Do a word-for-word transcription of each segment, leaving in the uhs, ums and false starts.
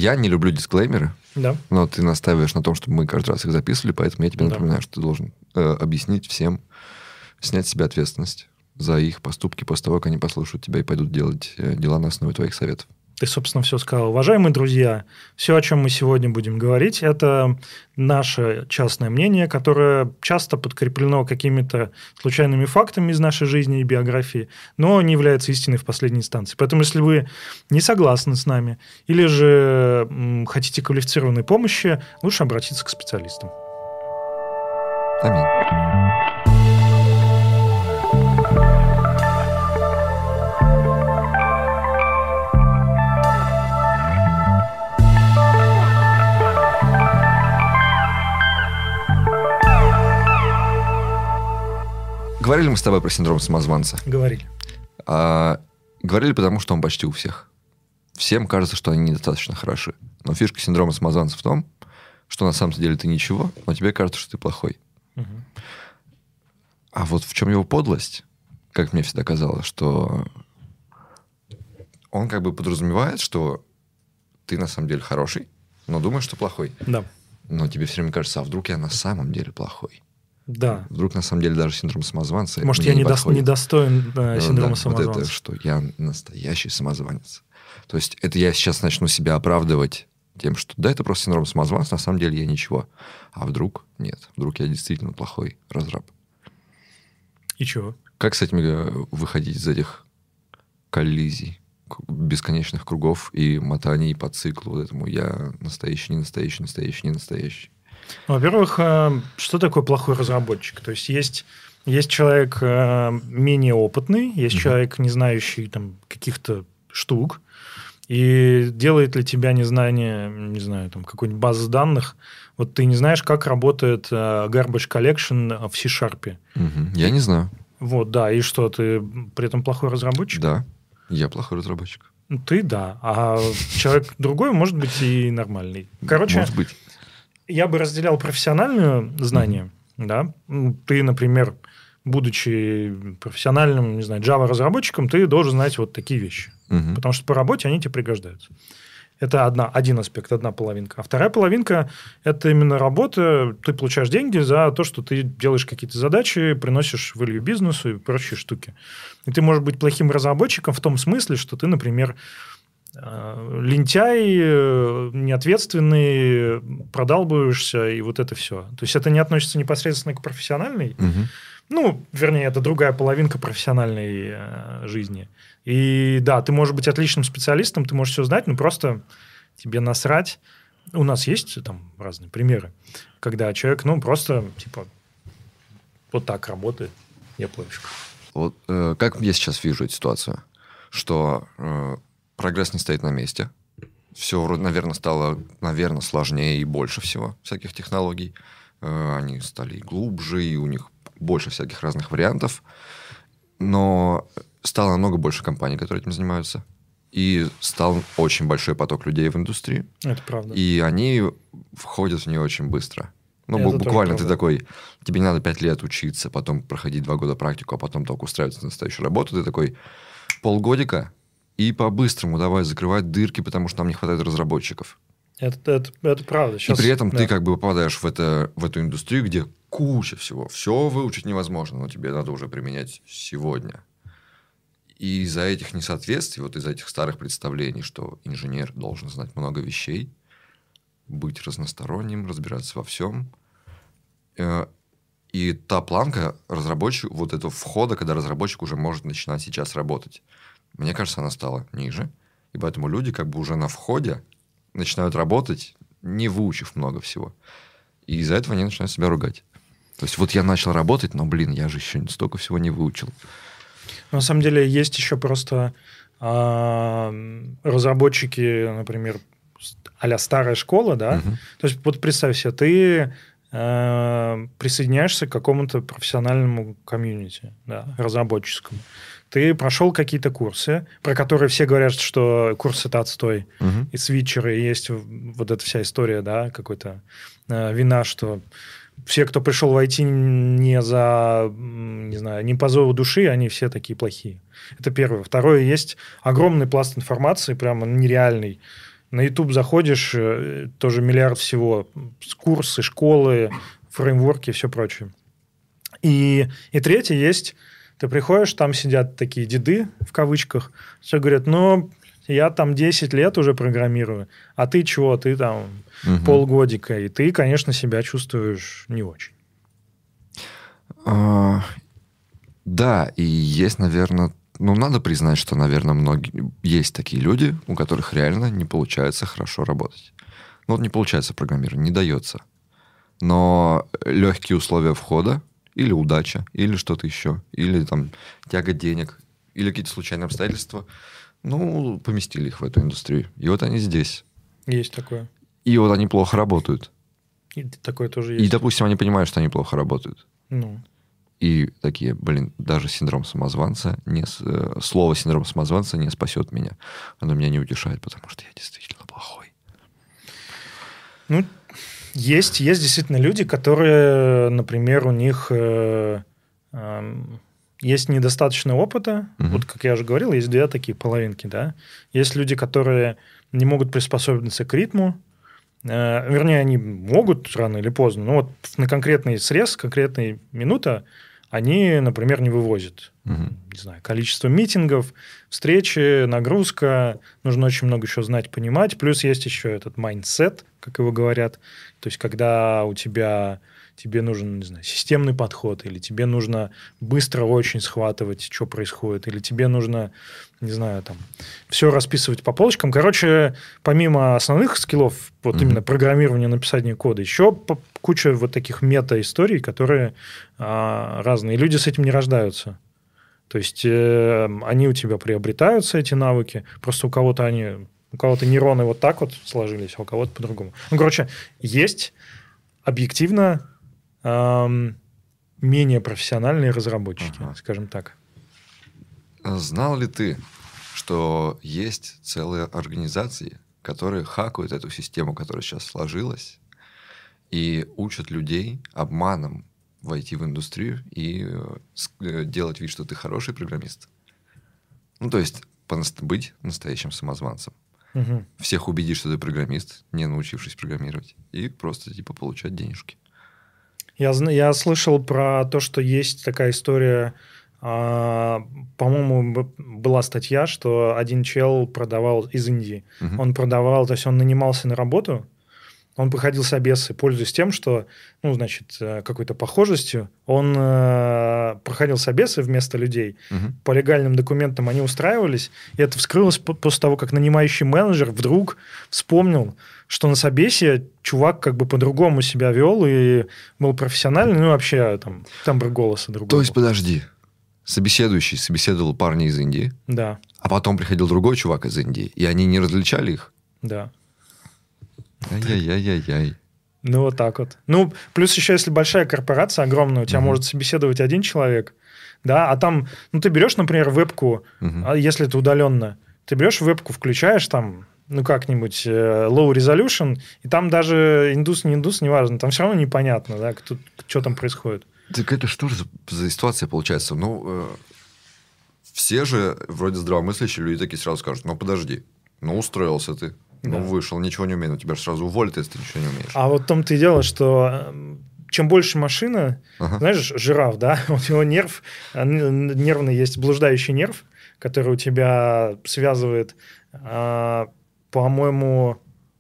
Я не люблю дисклеймеры, да. но ты настаиваешь на том, чтобы мы каждый раз их записывали, поэтому я тебе да. напоминаю, что ты должен э, объяснить всем, снять с себя ответственность за их поступки после того, как они послушают тебя и пойдут делать э, дела на основе твоих советов. Ты, собственно, все сказал. Уважаемые друзья, все, о чем мы сегодня будем говорить, это наше частное мнение, которое часто подкреплено какими-то случайными фактами из нашей жизни и биографии, но не является истиной в последней инстанции. Поэтому, если вы не согласны с нами или же м, хотите квалифицированной помощи, лучше обратиться к специалистам. Аминь. Говорили мы с тобой про синдром самозванца? Говорили. А, говорили, потому что он почти у всех. Всем кажется, что они недостаточно хороши. Но фишка синдрома самозванца в том, что на самом деле ты ничего, но тебе кажется, что ты плохой. Угу. А вот в чем его подлость, как мне всегда казалось, что он как бы подразумевает, что ты на самом деле хороший, но думаешь, что плохой. Да. Но тебе все время кажется, а вдруг я на самом деле плохой? Да. Вдруг на самом деле даже синдром самозванца. Может, я не недостоин э, синдрома да, самозванца. Вот это, что я настоящий самозванец. То есть это я сейчас начну себя оправдывать тем, что да, это просто синдром самозванца, на самом деле я ничего. А вдруг нет, вдруг я действительно плохой разраб. И чего? Как с этим выходить из этих коллизий, бесконечных кругов и мотаний по циклу вот этому я настоящий, не настоящий, настоящий, не настоящий? Ну, во-первых, что такое плохой разработчик? То есть есть, есть человек менее опытный, есть mm-hmm. человек, не знающий там, каких-то штук, и делает ли тебя незнание, не знаю, там, какой-нибудь базы данных. Вот ты не знаешь, как работает garbage collection в C-Sharp. Mm-hmm. Я не знаю. Вот, да. И что, ты при этом плохой разработчик? Да, я плохой разработчик. Ты, да. А человек другой может быть и нормальный. Короче... Может быть. Я бы разделял профессиональное знание. Mm-hmm. Да? Ты, например, будучи профессиональным, не знаю, Java-разработчиком, ты должен знать вот такие вещи. Mm-hmm. Потому что по работе они тебе пригождаются. Это одна, один аспект, одна половинка. А вторая половинка – это именно работа. Ты получаешь деньги за то, что ты делаешь какие-то задачи, приносишь value бизнесу и прочие штуки. И ты можешь быть плохим разработчиком в том смысле, что ты, например, лентяй, неответственный, продалбываешься, и вот это все. То есть это не относится непосредственно к профессиональной, угу. ну, вернее, это другая половинка профессиональной э, жизни. И да, ты можешь быть отличным специалистом, ты можешь все знать, но просто тебе насрать. У нас есть там разные примеры, когда человек, ну, просто типа вот так работает, я пофиг. Вот э, как я сейчас вижу эту ситуацию, что э, прогресс не стоит на месте. Все, вроде, наверное, стало, наверное, сложнее и больше всего всяких технологий. Э, они стали и глубже, и у них больше всяких разных вариантов. Но стало намного больше компаний, которые этим занимаются. И стал очень большой поток людей в индустрии. Это правда. И они входят в нее очень быстро. Ну, Это буквально ты такой, тебе не надо пять лет учиться, потом проходить два года практику, а потом только устраиваться на настоящую работу. Ты такой полгодика, и по-быстрому давай закрывать дырки, потому что нам не хватает разработчиков. Это, это, это правда. Сейчас, и при этом да. ты как бы попадаешь в, это, в эту индустрию, где куча всего. Все выучить невозможно, но тебе надо уже применять сегодня. И из-за этих несоответствий, вот из-за этих старых представлений, что инженер должен знать много вещей, быть разносторонним, разбираться во всем. И та планка разработчик, вот этого входа, когда разработчик уже может начинать сейчас работать, мне кажется, она стала ниже. И поэтому люди как бы уже на входе начинают работать, не выучив много всего. И из-за этого они начинают себя ругать. То есть вот я начал работать, но, блин, я же еще столько всего не выучил. На самом деле есть еще просто э, разработчики, например, а-ля старая школа, да? Uh-huh. То есть вот представь себе, ты э, присоединяешься к какому-то профессиональному комьюнити, да, разработческому. Ты прошел какие-то курсы, про которые все говорят, что курс – это отстой. Uh-huh. И свитчеры, и есть вот эта вся история, да, какой-то э, вина, что все, кто пришел в ай ти не за, не знаю, не по зову души, они все такие плохие. Это первое. Второе, есть огромный пласт информации, прямо нереальный. На YouTube заходишь, тоже миллиард всего. Курсы, школы, фреймворки и все прочее. И, и третье есть... Ты приходишь, там сидят такие деды, в кавычках, все говорят, ну, я там десять лет уже программирую, а ты чего, ты там угу. полгодика, и ты, конечно, себя чувствуешь не очень. А, да, и есть, наверное, ну, надо признать, что, наверное, многие, есть такие люди, у которых реально не получается хорошо работать. Ну, вот не получается программировать, не дается. Но легкие условия входа, или удача, или что-то еще, или там тяга денег, или какие-то случайные обстоятельства, ну, поместили их в эту индустрию. И вот они здесь. Есть такое. И вот они плохо работают. И такое тоже есть. И, допустим, они понимают, что они плохо работают. Ну. И такие, блин, даже синдром самозванца, не, слово синдром самозванца не спасет меня. Оно меня не утешает, потому что я действительно плохой. Ну, Есть, есть действительно люди, которые, например, у них э, э, есть недостаточно опыта. Uh-huh. Вот, как я уже говорил, есть две такие половинки. Да? Есть люди, которые не могут приспособиться к ритму. Э, вернее, они могут рано или поздно, но вот на конкретный срез, конкретные минуты они, например, не вывозят. Uh-huh. Не знаю, количество митингов, встречи, нагрузка. Нужно очень много еще знать, понимать. Плюс есть еще этот майндсет, как его говорят. То есть, когда у тебя, тебе нужен, не знаю, системный подход, или тебе нужно быстро очень схватывать, что происходит, или тебе нужно, не знаю, там, все расписывать по полочкам. Короче, помимо основных скиллов, вот mm-hmm. именно программирования, написания кода, еще куча вот таких мета-историй, которые а, разные. И люди с этим не рождаются. То есть, э, они у тебя приобретаются, эти навыки. Просто у кого-то они... У кого-то нейроны вот так вот сложились, а у кого-то по-другому. Ну, короче, есть объективно эм, менее профессиональные разработчики, ага. скажем так. Знал ли ты, что есть целые организации, которые хакают эту систему, которая сейчас сложилась, и учат людей обманом войти в индустрию и э, делать вид, что ты хороший программист? Ну, то есть быть настоящим самозванцем. Угу. Всех убедить, что ты программист, не научившись программировать, и просто типа получать денежки. Я, я слышал про то, что есть такая история, а, по-моему, была статья, что один чел продавал из Индии. Угу. Он продавал, то есть он нанимался на работу, он проходил собесы, пользуясь тем, что, ну, значит, какой-то похожестью, он э, проходил собесы вместо людей, угу. по легальным документам они устраивались, и это вскрылось после того, как нанимающий менеджер вдруг вспомнил, что на собесе чувак как бы по-другому себя вел и был профессиональный, ну, вообще там тембр голоса другой. То есть, подожди, собеседующий собеседовал парня из Индии, да. а потом приходил другой чувак из Индии, и они не различали их? Да. Ай-яй-яй-яй-яй. Ну, вот так вот. Ну, плюс еще, если большая корпорация огромная, у тебя uh-huh. может собеседовать один человек, да, а там, ну, ты берешь, например, вебку, uh-huh. если это удаленно, ты берешь вебку, включаешь там, ну, как-нибудь low resolution, и там даже индус, не индус, неважно, там все равно непонятно, да, кто, что там происходит. Так это что же за ситуация получается? Ну, э, все же вроде здравомыслящие люди такие сразу скажут, ну, подожди, ну, устроился ты. Ну, да. вышел, ничего не умею, но тебя же сразу уволят, если ты ничего не умеешь. А вот в том-то и дело, что чем больше машина, ага. знаешь, жираф, да, у него нерв, нервный есть блуждающий нерв, который у тебя связывает, по-моему,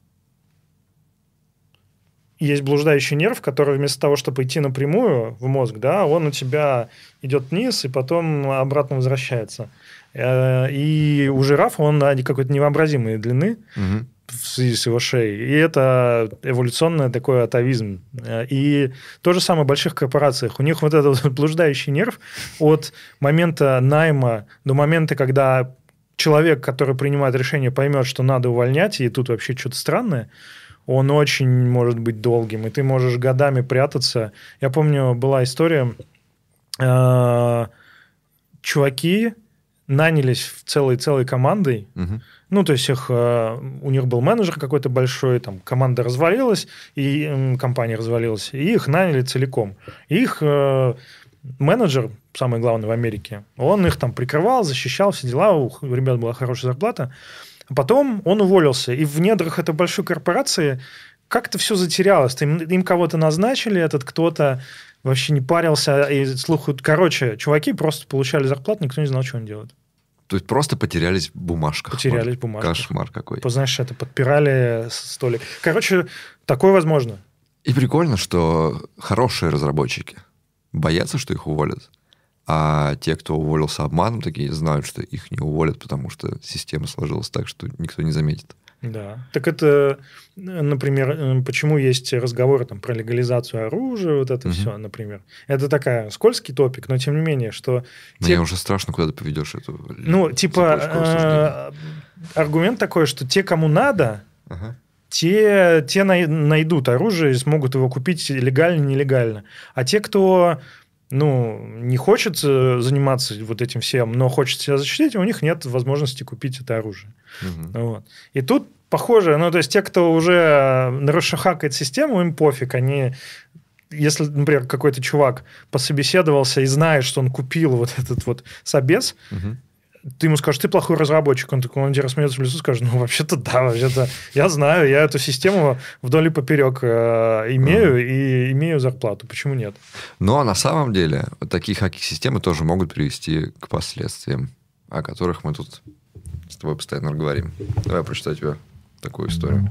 есть блуждающий нерв, который вместо того, чтобы идти напрямую в мозг, да, он у тебя идет вниз и потом обратно возвращается. И у жирафа он какой-то невообразимой длины, угу. в связи с его шеей. И это эволюционный такой атовизм. И то же самое в больших корпорациях. У них вот этот блуждающий нерв от момента найма до момента, когда человек, который принимает решение, поймет, что надо увольнять, и тут вообще что-то странное, он очень может быть долгим. И ты можешь годами прятаться. Я помню, была история, чуваки нанялись в целой-целой командой. Угу. Ну, то есть их, у них был менеджер какой-то большой, там команда развалилась, и компания развалилась, и их наняли целиком. И их менеджер, самый главный в Америке, он их там прикрывал, защищал, все дела, у ребят была хорошая зарплата. А потом он уволился. И в недрах этой большой корпорации как-то все затерялось. Им, им кого-то назначили, этот кто-то вообще не парился. И слухают... Короче, чуваки просто получали зарплату, никто не знал, что они делают. То есть просто потерялись в бумажках. Потерялись в бумажках. Кошмар какой. Знаешь, это подпирали столик. Короче, такое возможно. И прикольно, что хорошие разработчики боятся, что их уволят. А те, кто уволился обманом, такие знают, что их не уволят, потому что система сложилась так, что никто не заметит. Да. Так это, например, почему есть разговоры там, про легализацию оружия, вот это угу. все, например. Это такая скользкий топик, но тем не менее, что... Мне те... уже страшно, куда ты поведешь эту... Ну, типа, аргумент такой, что те, кому надо, ага. те, те найдут оружие и смогут его купить легально, нелегально. А те, кто... ну, не хочет заниматься вот этим всем, но хочет себя защитить, у них нет возможности купить это оружие. Угу. Вот. И тут похоже, ну, то есть те, кто уже расшахакает систему, им пофиг, они... Если, например, какой-то чувак пособеседовался и знает, что он купил вот этот вот собес, угу. ты ему скажешь, ты плохой разработчик, он такой, он тебе рассмеется в лицо, скажет, ну, вообще-то да, вообще-то я знаю, я эту систему вдоль и поперек э, имею mm. и имею зарплату, почему нет? Ну, а на самом деле вот такие хаки-системы тоже могут привести к последствиям, о которых мы тут с тобой постоянно говорим. Давай я прочитаю тебе такую историю.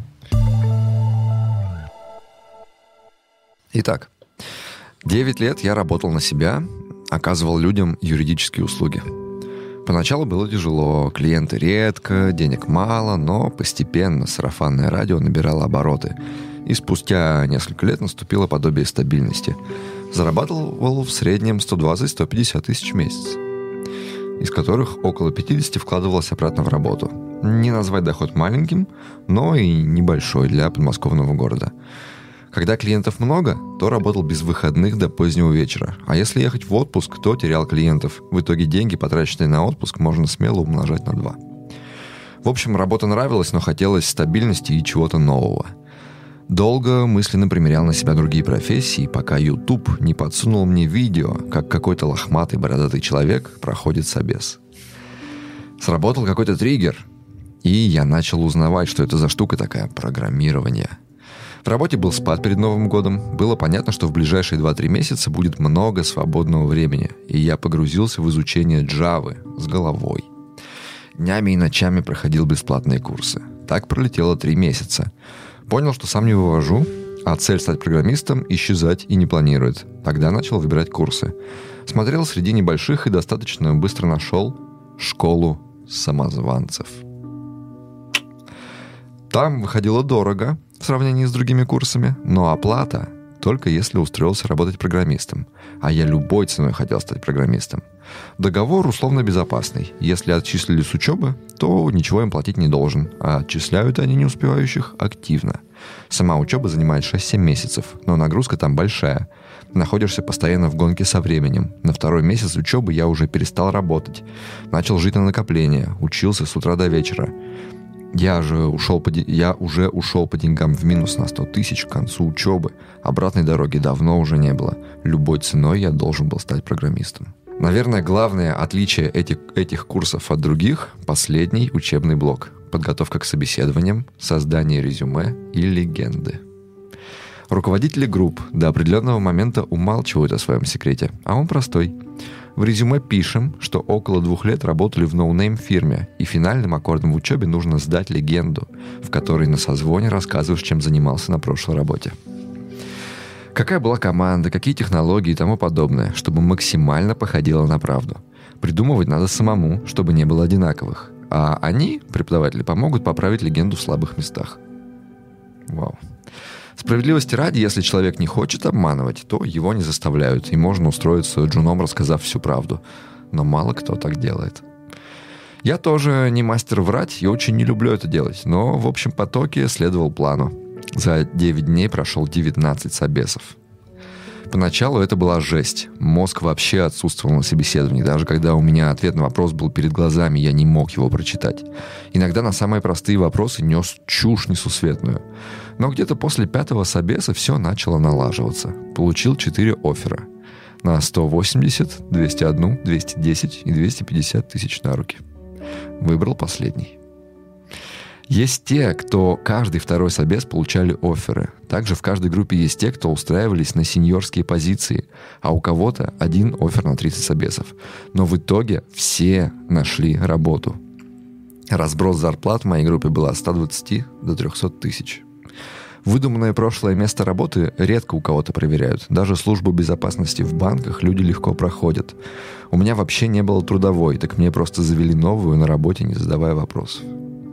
Итак, девять лет я работал на себя, оказывал людям юридические услуги. Поначалу было тяжело, клиенты редко, денег мало, но постепенно сарафанное радио набирало обороты. И спустя несколько лет наступило подобие стабильности. Зарабатывал в среднем сто двадцать - сто пятьдесят тысяч в месяц, из которых около пятьдесят вкладывалось обратно в работу. Не назвать доход маленьким, но и небольшой для подмосковного города. Когда клиентов много, то работал без выходных до позднего вечера. А если ехать в отпуск, то терял клиентов. В итоге деньги, потраченные на отпуск, можно смело умножать на два. В общем, работа нравилась, но хотелось стабильности и чего-то нового. Долго мысленно примерял на себя другие профессии, пока YouTube не подсунул мне видео, как какой-то лохматый бородатый человек проходит собес. Сработал какой-то триггер, и я начал узнавать, что это за штука такая – программирование. В работе был спад перед Новым годом. Было понятно, что в ближайшие два-три месяца будет много свободного времени, и я погрузился в изучение Java с головой. Днями и ночами проходил бесплатные курсы. Так пролетело три месяца. Понял, что сам не вывожу, а цель стать программистом исчезать и не планирует. Тогда начал выбирать курсы. Смотрел среди небольших и достаточно быстро нашел школу самозванцев. Там выходило дорого в сравнении с другими курсами, но оплата только если устроился работать программистом. А я любой ценой хотел стать программистом. Договор условно безопасный. Если отчислили с учебы, то ничего им платить не должен, а отчисляют они не успевающих активно. Сама учеба занимает шесть-семь месяцев, но нагрузка там большая. Находишься постоянно в гонке со временем. На второй месяц учебы я уже перестал работать. Начал жить на накопление, учился с утра до вечера. Я же ушел по, я уже ушел по деньгам в минус на сто тысяч к концу учебы. Обратной дороги давно уже не было. Любой ценой я должен был стать программистом. Наверное, главное отличие этих, этих курсов от других – последний учебный блок. Подготовка к собеседованиям, создание резюме и легенды. Руководители групп до определенного момента умалчивают о своем секрете, а он простой. В резюме пишем, что около двух лет работали в ноунейм-фирме, и финальным аккордом в учебе нужно сдать легенду, в которой на созвоне рассказываешь, чем занимался на прошлой работе. Какая была команда, какие технологии и тому подобное, чтобы максимально походило на правду. Придумывать надо самому, чтобы не было одинаковых. А они, преподаватели, помогут поправить легенду в слабых местах. Вау. Справедливости ради, если человек не хочет обманывать, то его не заставляют, и можно устроиться джуном, рассказав всю правду. Но мало кто так делает. Я тоже не мастер врать и очень не люблю это делать, но в общем потоке следовал плану. За девять дней прошел девятнадцать собесов. Поначалу это была жесть. Мозг вообще отсутствовал на собеседовании. Даже когда у меня ответ на вопрос был перед глазами, я не мог его прочитать. Иногда на самые простые вопросы нес чушь несусветную. Но где-то после пятого собеса все начало налаживаться. Получил четыре оффера. На сто восемьдесят, двести один, двести десять и двести пятьдесят тысяч на руки. Выбрал последний. Есть те, кто каждый второй собес получали офферы. Также в каждой группе есть те, кто устраивались на сеньорские позиции, а у кого-то один оффер на тридцать собесов. Но в итоге все нашли работу. Разброс зарплат в моей группе был от ста двадцати до трехсот тысяч. Выдуманное прошлое место работы редко у кого-то проверяют. Даже службу безопасности в банках люди легко проходят. У меня вообще не было трудовой, так мне просто завели новую на работе, не задавая вопросов.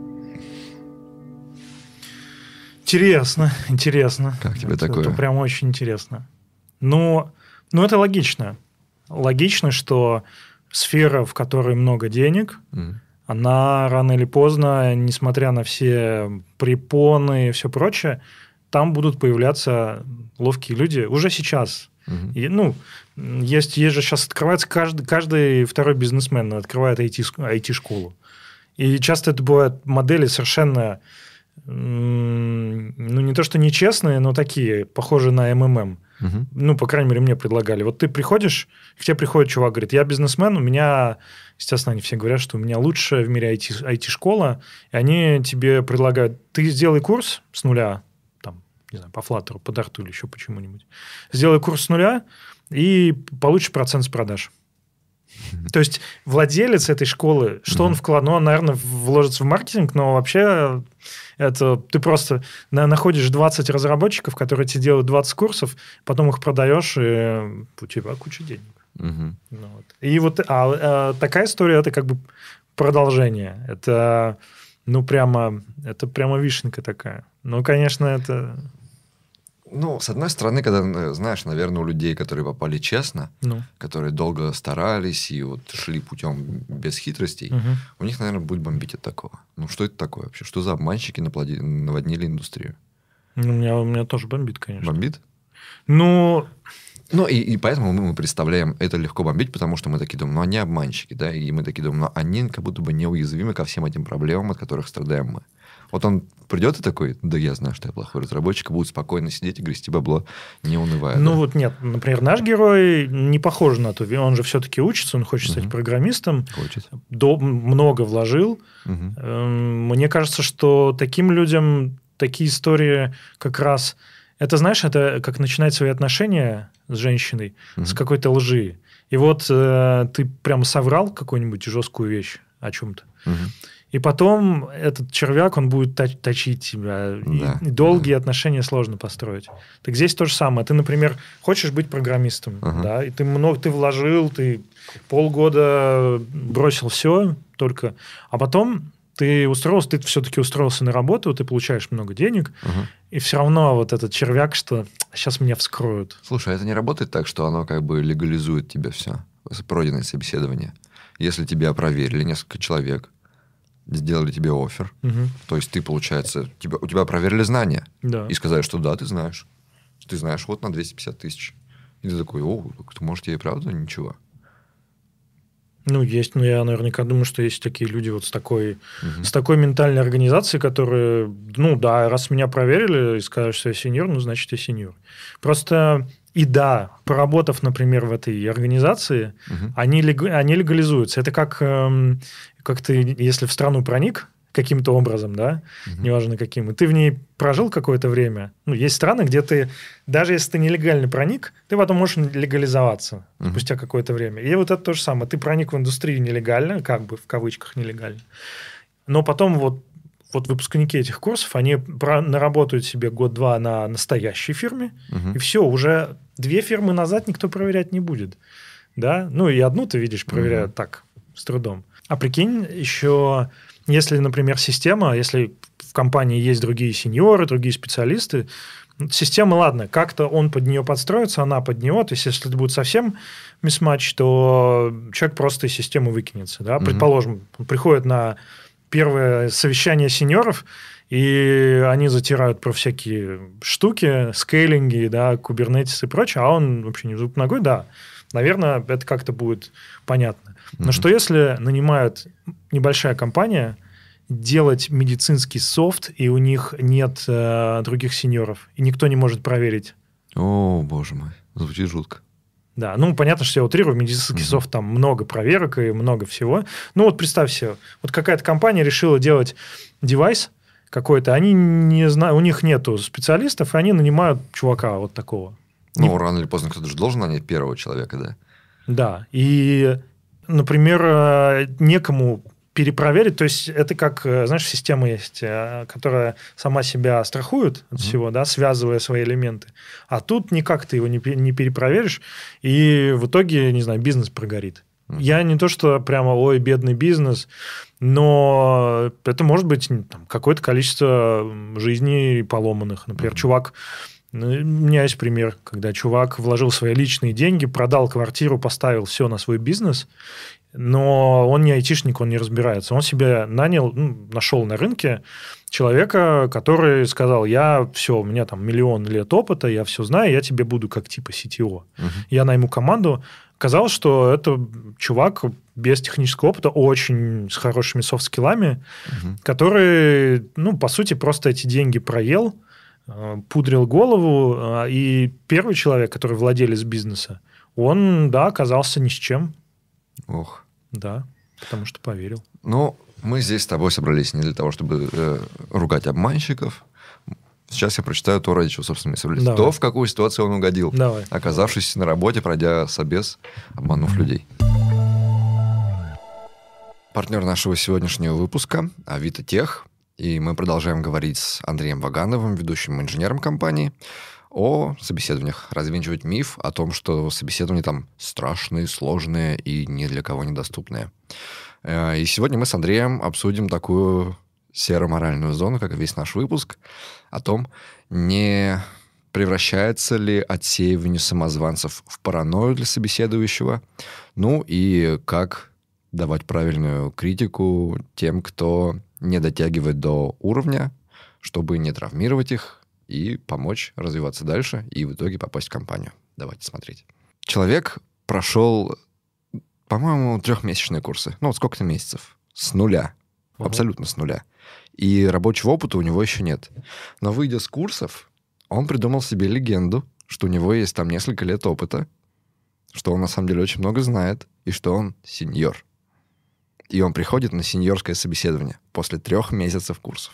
Интересно, интересно. Как тебе это, такое? Это прям очень интересно. Ну, ну, это логично. Логично, что сфера, в которой много денег, mm. она рано или поздно, несмотря на все препоны и все прочее, там будут появляться ловкие люди. Уже сейчас. Mm-hmm. И, ну, есть, есть же сейчас открывается каждый, каждый второй бизнесмен открывает ай ти-школу. И часто это бывают модели совершенно... ну, не то, что нечестные, но такие, похожие на эм эм эм. Uh-huh. Ну, по крайней мере, мне предлагали. Вот ты приходишь, к тебе приходит чувак, говорит, я бизнесмен, у меня, естественно, они все говорят, что у меня лучшая в мире ай ти, ай ти-школа, и они тебе предлагают, ты сделай курс с нуля, там, не знаю, по Flutter, по Dart или еще почему-нибудь, сделай курс с нуля и получишь процент с продаж. То есть владелец этой школы, что mm-hmm. он вкладывает? Ну, он, наверное, вложится в маркетинг, но вообще это ты просто находишь двадцать разработчиков, которые тебе делают двадцать курсов, потом их продаешь, и у тебя куча денег. Mm-hmm. Ну, вот. И вот а, а, такая история, это как бы продолжение. Это, ну, прямо, это прямо вишенка такая. Ну, конечно, это... Ну, с одной стороны, когда, знаешь, наверное, у людей, которые попали честно, ну. которые долго старались и вот шли путем без хитростей, угу. у них, наверное, будет бомбить от такого. Ну, что это такое вообще? Что за обманщики наплоди... наводнили индустрию? Ну, у меня, у меня тоже бомбит, конечно. Бомбит? Ну... Ну, и, и поэтому мы, мы представляем, это легко бомбить, потому что мы такие думаем, ну, они обманщики, да, и мы такие думаем, ну, они как будто бы неуязвимы ко всем этим проблемам, от которых страдаем мы. Вот он придет и такой, да я знаю, что я плохой разработчик, и будет спокойно сидеть и грести бабло, не унывая. Ну да? вот нет, например, наш герой не похож на то, он же все-таки учится, он хочет стать угу. программистом, хочет. До, много вложил. Угу. Мне кажется, что таким людям такие истории как раз... Это, знаешь, это как начинать свои отношения с женщиной угу. с какой-то лжи. И вот э, ты прямо соврал какую-нибудь жесткую вещь о чем-то. Угу. И потом этот червяк, он будет точить тебя. Да, и долгие да. отношения сложно построить. Так здесь то же самое. Ты, например, хочешь быть программистом, uh-huh. да, и ты много, ты вложил, ты полгода бросил все только, а потом ты устроился, ты все-таки устроился на работу, ты получаешь много денег, uh-huh. и все равно вот этот червяк, что сейчас меня вскроют. Слушай, а это не работает так, что оно как бы легализует тебе все, пройденное собеседование? Если тебя проверили несколько человек, сделали тебе оффер, угу. то есть ты, получается, тебя, у тебя проверили знания да. и сказали, что да, ты знаешь. Ты знаешь вот на двести пятьдесят тысяч. И ты такой, о, может, я и правда ничего? Ну, есть, но я наверняка думаю, что есть такие люди вот с такой, угу. с такой ментальной организацией, которые, ну да, раз меня проверили и сказали, что я сеньор, ну, значит, я сеньор. Просто... И да, поработав, например, в этой организации, угу. они, лег... они легализуются. Это как, эм, как ты, если в страну проник каким-то образом, да, угу. неважно каким, и ты в ней прожил какое-то время. Ну, есть страны, где ты, даже если ты нелегально проник, ты потом можешь легализоваться угу. спустя какое-то время. И вот это то же самое. Ты проник в индустрию нелегально, как бы в кавычках нелегально, но потом вот Вот выпускники этих курсов, они наработают себе год-два на настоящей фирме, угу. и все, уже две фирмы назад никто проверять не будет. Да? Ну, и одну, ты видишь, проверяют угу. так, с трудом. А прикинь, еще, если, например, система, если в компании есть другие сеньоры, другие специалисты, система, ладно, как-то он под нее подстроится, она под него, то есть, если это будет совсем мисс-матч, то человек просто из системы выкинется. Да? Угу. Предположим, он приходит на... первое совещание сеньоров, и они затирают про всякие штуки, скейлинги, да, кубернетис и прочее, а он вообще не зуб ногой, да. Наверное, это как-то будет понятно. Но mm-hmm. что если нанимают небольшая компания делать медицинский софт, и у них нет э, других сеньоров, и никто не может проверить? О, боже мой, звучит жутко. Да, ну, понятно, что я утрирую, медицинский mm-hmm. софт, там много проверок и много всего. Ну, вот представь себе, вот какая-то компания решила делать девайс, какой-то, они не знают, у них нету специалистов, и они нанимают чувака вот такого. Ну, не... рано или поздно кто-то же должен нанять первого человека, да? Да. И, например, некому перепроверить. То есть, это как, знаешь, система есть, которая сама себя страхует от mm-hmm. всего, да, связывая свои элементы. А тут никак ты его не перепроверишь, и в итоге, не знаю, бизнес прогорит. Mm-hmm. Я не то, что прямо, ой, бедный бизнес, но это может быть там, какое-то количество жизней поломанных. Например, mm-hmm. чувак... У меня есть пример, когда чувак вложил свои личные деньги, продал квартиру, поставил все на свой бизнес, но он не айтишник, он не разбирается. Он себе нанял, ну, нашел на рынке человека, который сказал, я все, у меня там миллион лет опыта, я все знаю, я тебе буду как типа си ти о. Uh-huh. Я найму команду. Оказалось, что это чувак без технического опыта, очень с хорошими софт-скиллами, uh-huh. который, ну, по сути, просто эти деньги проел, пудрил голову, и первый человек, который владелец бизнеса, он, да, оказался ни с чем. Ох. Да, потому что поверил. Ну, мы здесь с тобой собрались не для того, чтобы э, ругать обманщиков. Сейчас я прочитаю то, ради чего, собственно, мы собрались. Давай. То, в какую ситуацию он угодил, Давай. оказавшись на работе, пройдя собес, обманув людей. Партнер нашего сегодняшнего выпуска – Авито Тех. И мы продолжаем говорить с Андреем Вагановым, ведущим инженером компании, о собеседованиях. Развенчивать миф о том, что собеседования там страшные, сложные и ни для кого недоступные. И сегодня мы с Андреем обсудим такую серо-моральную зону, как и весь наш выпуск, о том, не превращается ли отсеивание самозванцев в паранойю для собеседующего, ну и как давать правильную критику тем, кто не дотягивает до уровня, чтобы не травмировать их и помочь развиваться дальше и в итоге попасть в компанию. Давайте смотреть. Человек прошел, по-моему, трехмесячные курсы. Ну, вот сколько-то месяцев. С нуля. Uh-huh. Абсолютно с нуля. И рабочего опыта у него еще нет. Но, выйдя с курсов, он придумал себе легенду, что у него есть там несколько лет опыта, что он на самом деле очень много знает, и что он сеньор. И он приходит на сеньорское собеседование после трех месяцев курсов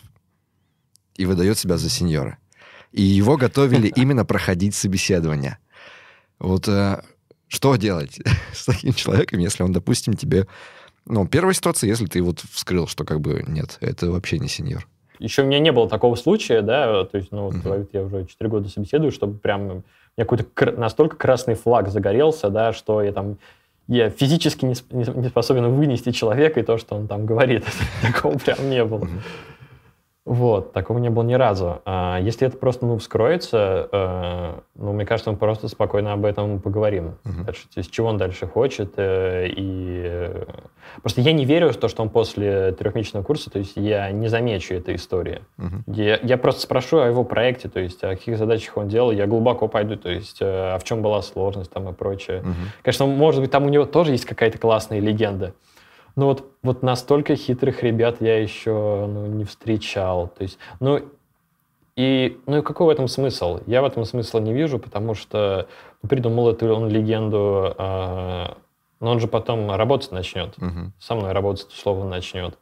и выдает себя за сеньора. И его готовили именно проходить собеседование. Вот э, что делать с таким человеком, если он, допустим, тебе... Ну, первая ситуация, если ты вот вскрыл, что как бы нет, это вообще не сеньор. Еще у меня не было такого случая, да, то есть, ну, вот, uh-huh. я уже четыре года собеседую, чтобы прям у меня какой-то кр- настолько красный флаг загорелся, да, что я там... Я физически не, не, не способен вынести человека и то, что он там говорит. Такого прям не было. Mm-hmm. Вот, такого не было ни разу. А если это просто, ну, вскроется, э, ну, мне кажется, мы просто спокойно об этом поговорим. Mm-hmm. Дальше, то есть, чего он дальше хочет. Э, и... э, просто я не верю в то, что он после трехмесячного курса, то есть я не замечу этой истории. Mm-hmm. Я, я просто спрошу о его проекте, то есть о каких задачах он делал, я глубоко пойду, то есть э, а в чем была сложность там и прочее. Mm-hmm. Конечно, может быть, там у него тоже есть какая-то классная легенда. Ну вот, вот настолько хитрых ребят я еще ну, не встречал. То есть, ну, и, ну и какой в этом смысл? Я в этом смысла не вижу, потому что ну, придумал эту он легенду, э, но он же потом работать начнет. Угу. Со мной работать условно начнет.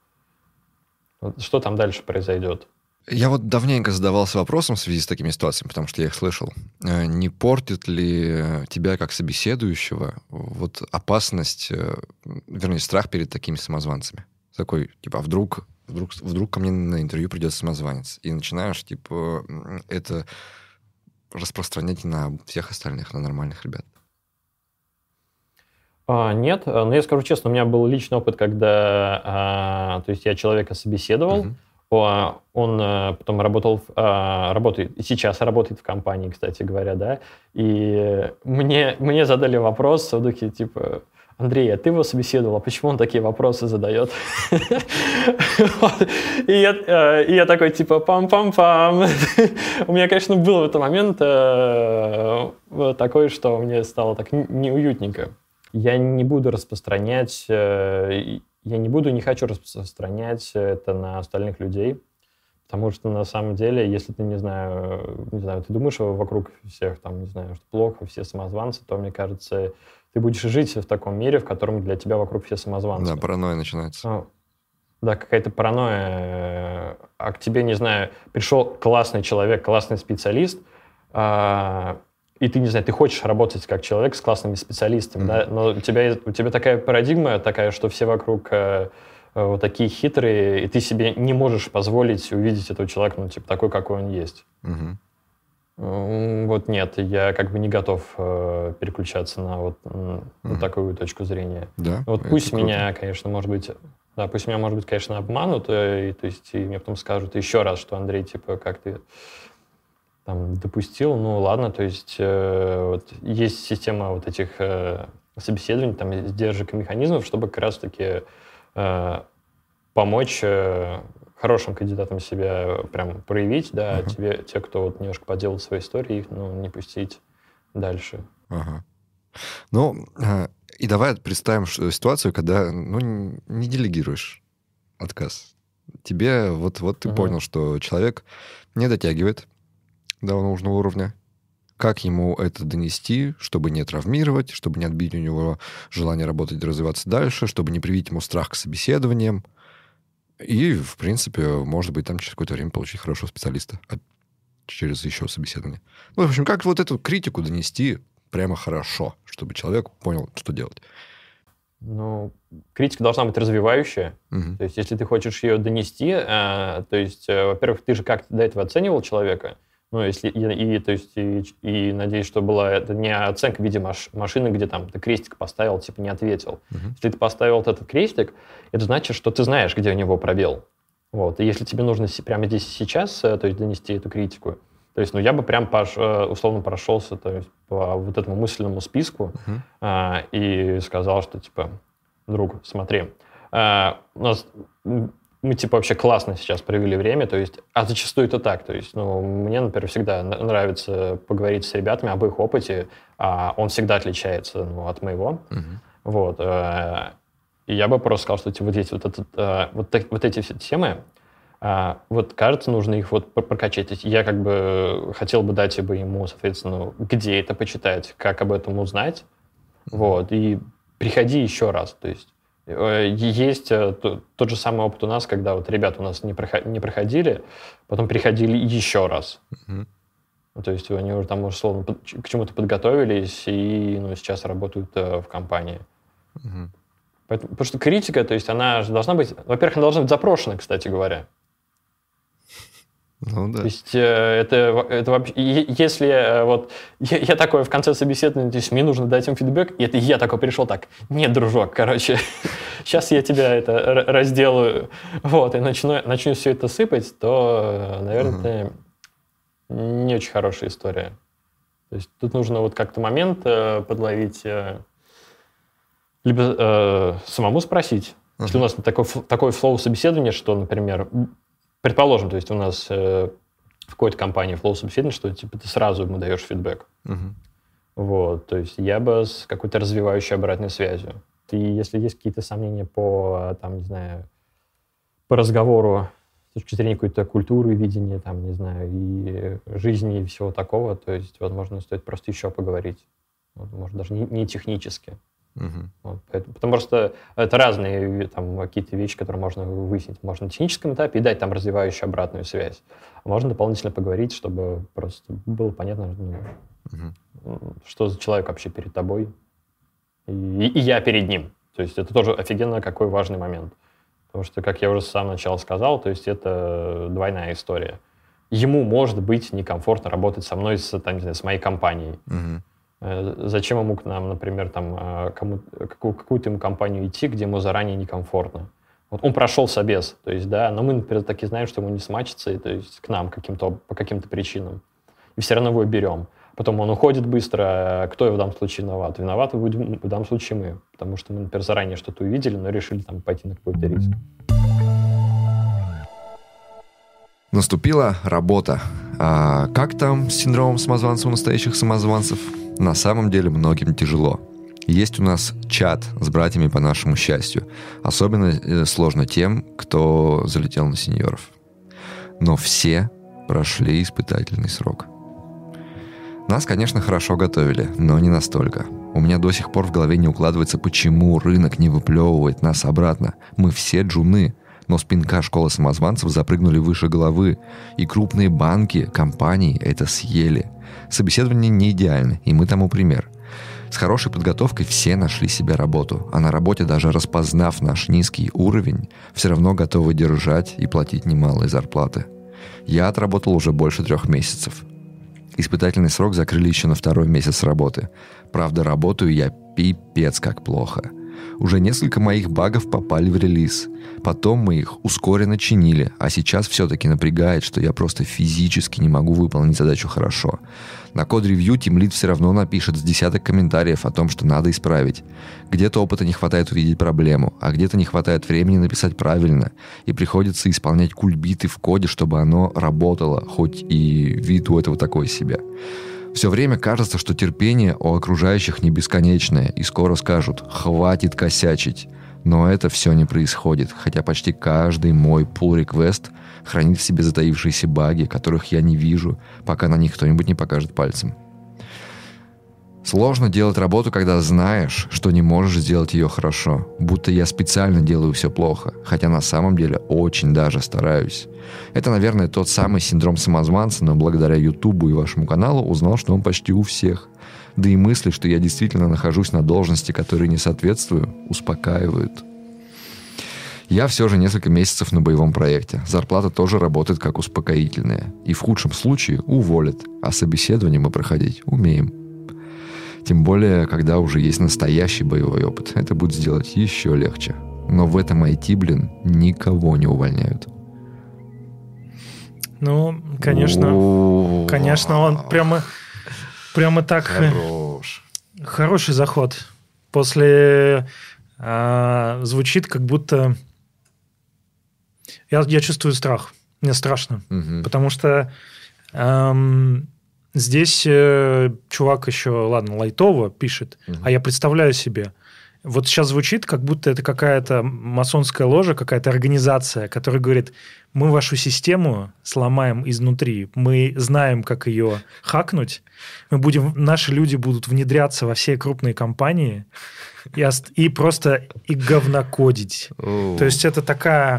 Вот что там дальше произойдет? Я вот давненько задавался вопросом в связи с такими ситуациями, потому что я их слышал. Не портит ли тебя как собеседующего вот опасность, вернее, страх перед такими самозванцами? Такой, типа, а вдруг, вдруг, вдруг ко мне на интервью придет самозванец? И начинаешь, типа, это распространять на всех остальных, на нормальных ребят. А, нет, но я скажу честно, у меня был личный опыт, когда а, то есть я человека собеседовал, uh-huh. Он потом работал, работает, сейчас работает в компании, кстати говоря, да, и мне, мне задали вопрос в духе, типа, Андрей, а ты его собеседовал, а почему он такие вопросы задает? И я такой, типа, пам-пам-пам. У меня, конечно, был в этот момент такой, что мне стало так неуютненько. Я не буду распространять... Я не буду, не хочу распространять это на остальных людей, потому что на самом деле, если ты, не знаю, не знаю, ты думаешь вокруг всех, там, не знаю, что плохо, все самозванцы, то, мне кажется, ты будешь жить в таком мире, в котором для тебя вокруг все самозванцы. Да, паранойя начинается. да, какая-то паранойя, а к тебе, не знаю, пришел классный человек, классный специалист, а, и ты, не знаю, ты хочешь работать как человек с классными специалистами, mm-hmm. да, но у тебя, у тебя такая парадигма такая, что все вокруг а, вот такие хитрые, и ты себе не можешь позволить увидеть этого человека, ну, типа, такой, какой он есть. Mm-hmm. Вот нет, я как бы не готов э, переключаться на вот, mm-hmm. вот такую точку зрения. Да, вот пусть меня, конечно, может быть, да, пусть меня, может быть, конечно, обманут, и, то есть, и мне потом скажут еще раз, что, Андрей, типа, как ты там допустил, ну ладно, то есть э, вот, есть система вот этих э, собеседований, там, сдержек и механизмов, чтобы как раз-таки э, помочь э, хорошим кандидатам себя прям проявить, да, uh-huh. тебе, те, кто вот немножко поделал свои истории, их, ну, не пустить дальше. Ага. Ну, и давай представим ситуацию, когда, ну, не делегируешь отказ. Тебе вот, вот ты uh-huh. понял, что человек не дотягивает до нужного уровня. Как ему это донести, чтобы не травмировать, чтобы не отбить у него желание работать и развиваться дальше, чтобы не привить ему страх к собеседованиям. И, в принципе, может быть, там через какое-то время получить хорошего специалиста. А через еще собеседование. Ну, в общем, как вот эту критику донести прямо хорошо, чтобы человек понял, что делать? Ну, критика должна быть развивающая. Uh-huh. То есть, если ты хочешь ее донести, э, то есть, э, во-первых, ты же как-то до этого оценивал человека. Ну, если и, и, то есть, и, и надеюсь, что была это не оценка в виде маш, машины, где там ты крестик поставил, типа не ответил. Uh-huh. Если ты поставил вот этот крестик, это значит, что ты знаешь, где у него пробел. Вот. И если тебе нужно прямо здесь и сейчас, то есть, донести эту критику, то есть, ну, я бы прям пош, условно прошелся, то есть, по вот этому мысленному списку uh-huh. а, и сказал, что, типа, друг, смотри, а, у нас... мы, типа, вообще классно сейчас провели время, то есть, а зачастую это так, то есть, ну, мне, например, всегда нравится поговорить с ребятами об их опыте, а он всегда отличается, ну, от моего, uh-huh. вот, э, и я бы просто сказал, что, типа, вот здесь вот, этот, э, вот, так, вот эти все темы, э, вот, кажется, нужно их вот прокачать, я, как бы, хотел бы дать бы ему, соответственно, где это почитать, как об этом узнать, uh-huh. вот, и приходи еще раз, то есть, есть тот же самый опыт у нас, когда вот ребята у нас не проходили, потом приходили еще раз. Uh-huh. То есть они уже там, условно, к чему-то подготовились и, ну, сейчас работают в компании. Uh-huh. Поэтому, потому что критика, то есть она должна быть... Во-первых, она должна быть запрошена, кстати говоря. Ну, да. То есть это, это вообще... Если вот я, я такой в конце собеседования, то есть мне нужно дать им фидбэк, и это я такой пришел так, нет, дружок, короче, сейчас я тебя это разделаю, вот, и начну, начну все это сыпать, то, наверное, uh-huh. это не очень хорошая история. То есть тут нужно вот как-то момент э, подловить, э, либо э, самому спросить. Uh-huh. Если у нас такой, такой флоу собеседования, что, например... Предположим, то есть у нас э, в какой-то компании флоу собеседование, что типа ты сразу ему даешь фидбэк. Uh-huh. Вот, то есть я бы с какой-то развивающей обратной связью. И если есть какие-то сомнения по, там, не знаю, по разговору с точки зрения какой-то культуры, видения, там, не знаю, и жизни, и всего такого, то есть, возможно, стоит просто еще поговорить. Вот, может, даже не, не технически. Uh-huh. Вот, поэтому, потому что это разные там, какие-то вещи, которые можно выяснить. Можно на техническом этапе и дать там развивающую обратную связь. А можно дополнительно поговорить, чтобы просто было понятно, ну, uh-huh. что за человек вообще перед тобой. И, и я перед ним. То есть это тоже офигенно какой важный момент. Потому что, как я уже с самого начала сказал, то есть это двойная история. Ему может быть некомфортно работать со мной, с, там, не знаю, с моей компанией. Uh-huh. Зачем ему к нам, например, там, кому, какую-то ему компанию идти, где ему заранее некомфортно? Вот он прошел собес, то есть, да, но мы, например, таки знаем, что ему не смачится, и, то есть к нам каким-то, по каким-то причинам. И все равно его берем. Потом он уходит быстро. Кто в данном случае виноват? Виноваты будем в данном случае мы. Потому что мы, например, заранее что-то увидели, но решили там пойти на какой-то риск. Наступила работа. А как там с синдромом самозванца у настоящих самозванцев? На самом деле многим тяжело. Есть у нас чат с братьями по нашему счастью. Особенно сложно тем, кто залетел на сеньоров. Но все прошли испытательный срок. Нас, конечно, хорошо готовили, но не настолько. У меня до сих пор в голове не укладывается, почему рынок не выплевывает нас обратно. Мы все джуны. Но с пинка школы самозванцев запрыгнули выше головы, и крупные банки, компании это съели. Собеседование не идеально, и мы тому пример. С хорошей подготовкой все нашли себе работу, а на работе, даже распознав наш низкий уровень, все равно готовы держать и платить немалые зарплаты. Я отработал уже больше трех месяцев. Испытательный срок закрыли еще на второй месяц работы. Правда, работаю я пипец как плохо. Уже несколько моих багов попали в релиз. Потом мы их ускоренно чинили, а сейчас все-таки напрягает, что я просто физически не могу выполнить задачу хорошо. На код-ревью тимлид все равно напишет с десяток комментариев о том, что надо исправить. Где-то опыта не хватает увидеть проблему, а где-то не хватает времени написать правильно, и приходится исполнять кульбиты в коде, чтобы оно работало, хоть и вид у этого такой себе. Все время кажется, что терпение у окружающих не бесконечное, и скоро скажут «хватит косячить». Но это все не происходит, хотя почти каждый мой pull-request хранит в себе затаившиеся баги, которых я не вижу, пока на них кто-нибудь не покажет пальцем. Сложно делать работу, когда знаешь, что не можешь сделать ее хорошо, будто я специально делаю все плохо, хотя на самом деле очень даже стараюсь. Это, наверное, тот самый синдром самозванца, но благодаря Ютубу и вашему каналу узнал, что он почти у всех. Да и мысли, что я действительно нахожусь на должности, которой не соответствую, успокаивают. Я все же несколько месяцев на боевом проекте. Зарплата тоже работает как успокоительная. И в худшем случае уволят, а собеседование мы проходить умеем. Тем более, когда уже есть настоящий боевой опыт. Это будет сделать еще легче. Но в этом ай ти, блин, никого не увольняют. Ну, конечно. О-о-о. Конечно, он прямо, прямо так... Хорош. Хороший заход. После а, звучит как будто... Я, я чувствую страх. Мне страшно. Угу. Потому что... Эм, Здесь э, чувак еще, ладно, лайтово пишет, угу. а я представляю себе. Вот сейчас звучит, как будто это какая-то масонская ложа, какая-то организация, которая говорит, мы вашу систему сломаем изнутри, мы знаем, как ее хакнуть, мы будем, наши люди будут внедряться во все крупные компании и, и просто и говнокодить. Oh. То есть это такая,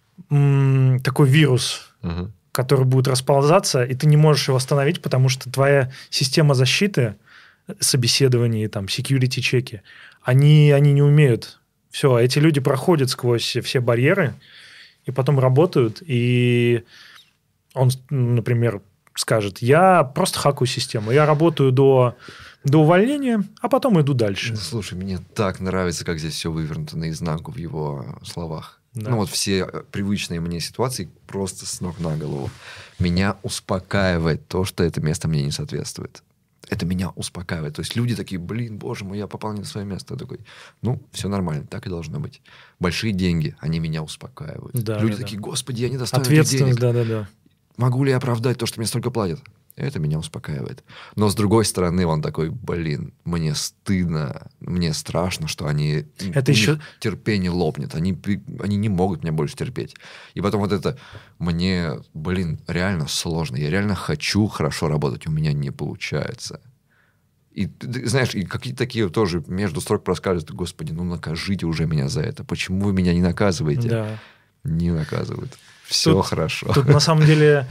м, такой вирус, uh-huh. который будет расползаться, и ты не можешь его остановить, потому что твоя система защиты, собеседования, там, security-чеки, они, они не умеют. Все, эти люди проходят сквозь все барьеры, и потом работают, и он, например, скажет, я просто хакаю систему, я работаю до, до увольнения, а потом иду дальше. Слушай, мне так нравится, как здесь все вывернуто наизнанку в его словах. Да. Ну, вот все привычные мне ситуации просто с ног на голову. Меня успокаивает то, что это место мне не соответствует. Это меня успокаивает. То есть люди такие, блин, боже мой, я попал не на свое место. Я такой, ну, все нормально, так и должно быть. Большие деньги, они меня успокаивают. Да, люди да, такие, да. господи, я не достоин этих денег. Ответственность, да-да-да. Могу ли я оправдать то, что мне столько платят? Это меня успокаивает. Но с другой стороны, он такой, блин, мне стыдно, мне страшно, что они... Это еще... терпение лопнет. Они, они не могут меня больше терпеть. И потом вот это... Мне, блин, реально сложно. Я реально хочу хорошо работать. У меня не получается. И, ты знаешь, и какие-то такие тоже между строк проскальзывают. Господи, ну накажите уже меня за это. Почему вы меня не наказываете? Да. Не наказывают. Все тут, хорошо. Тут на самом деле...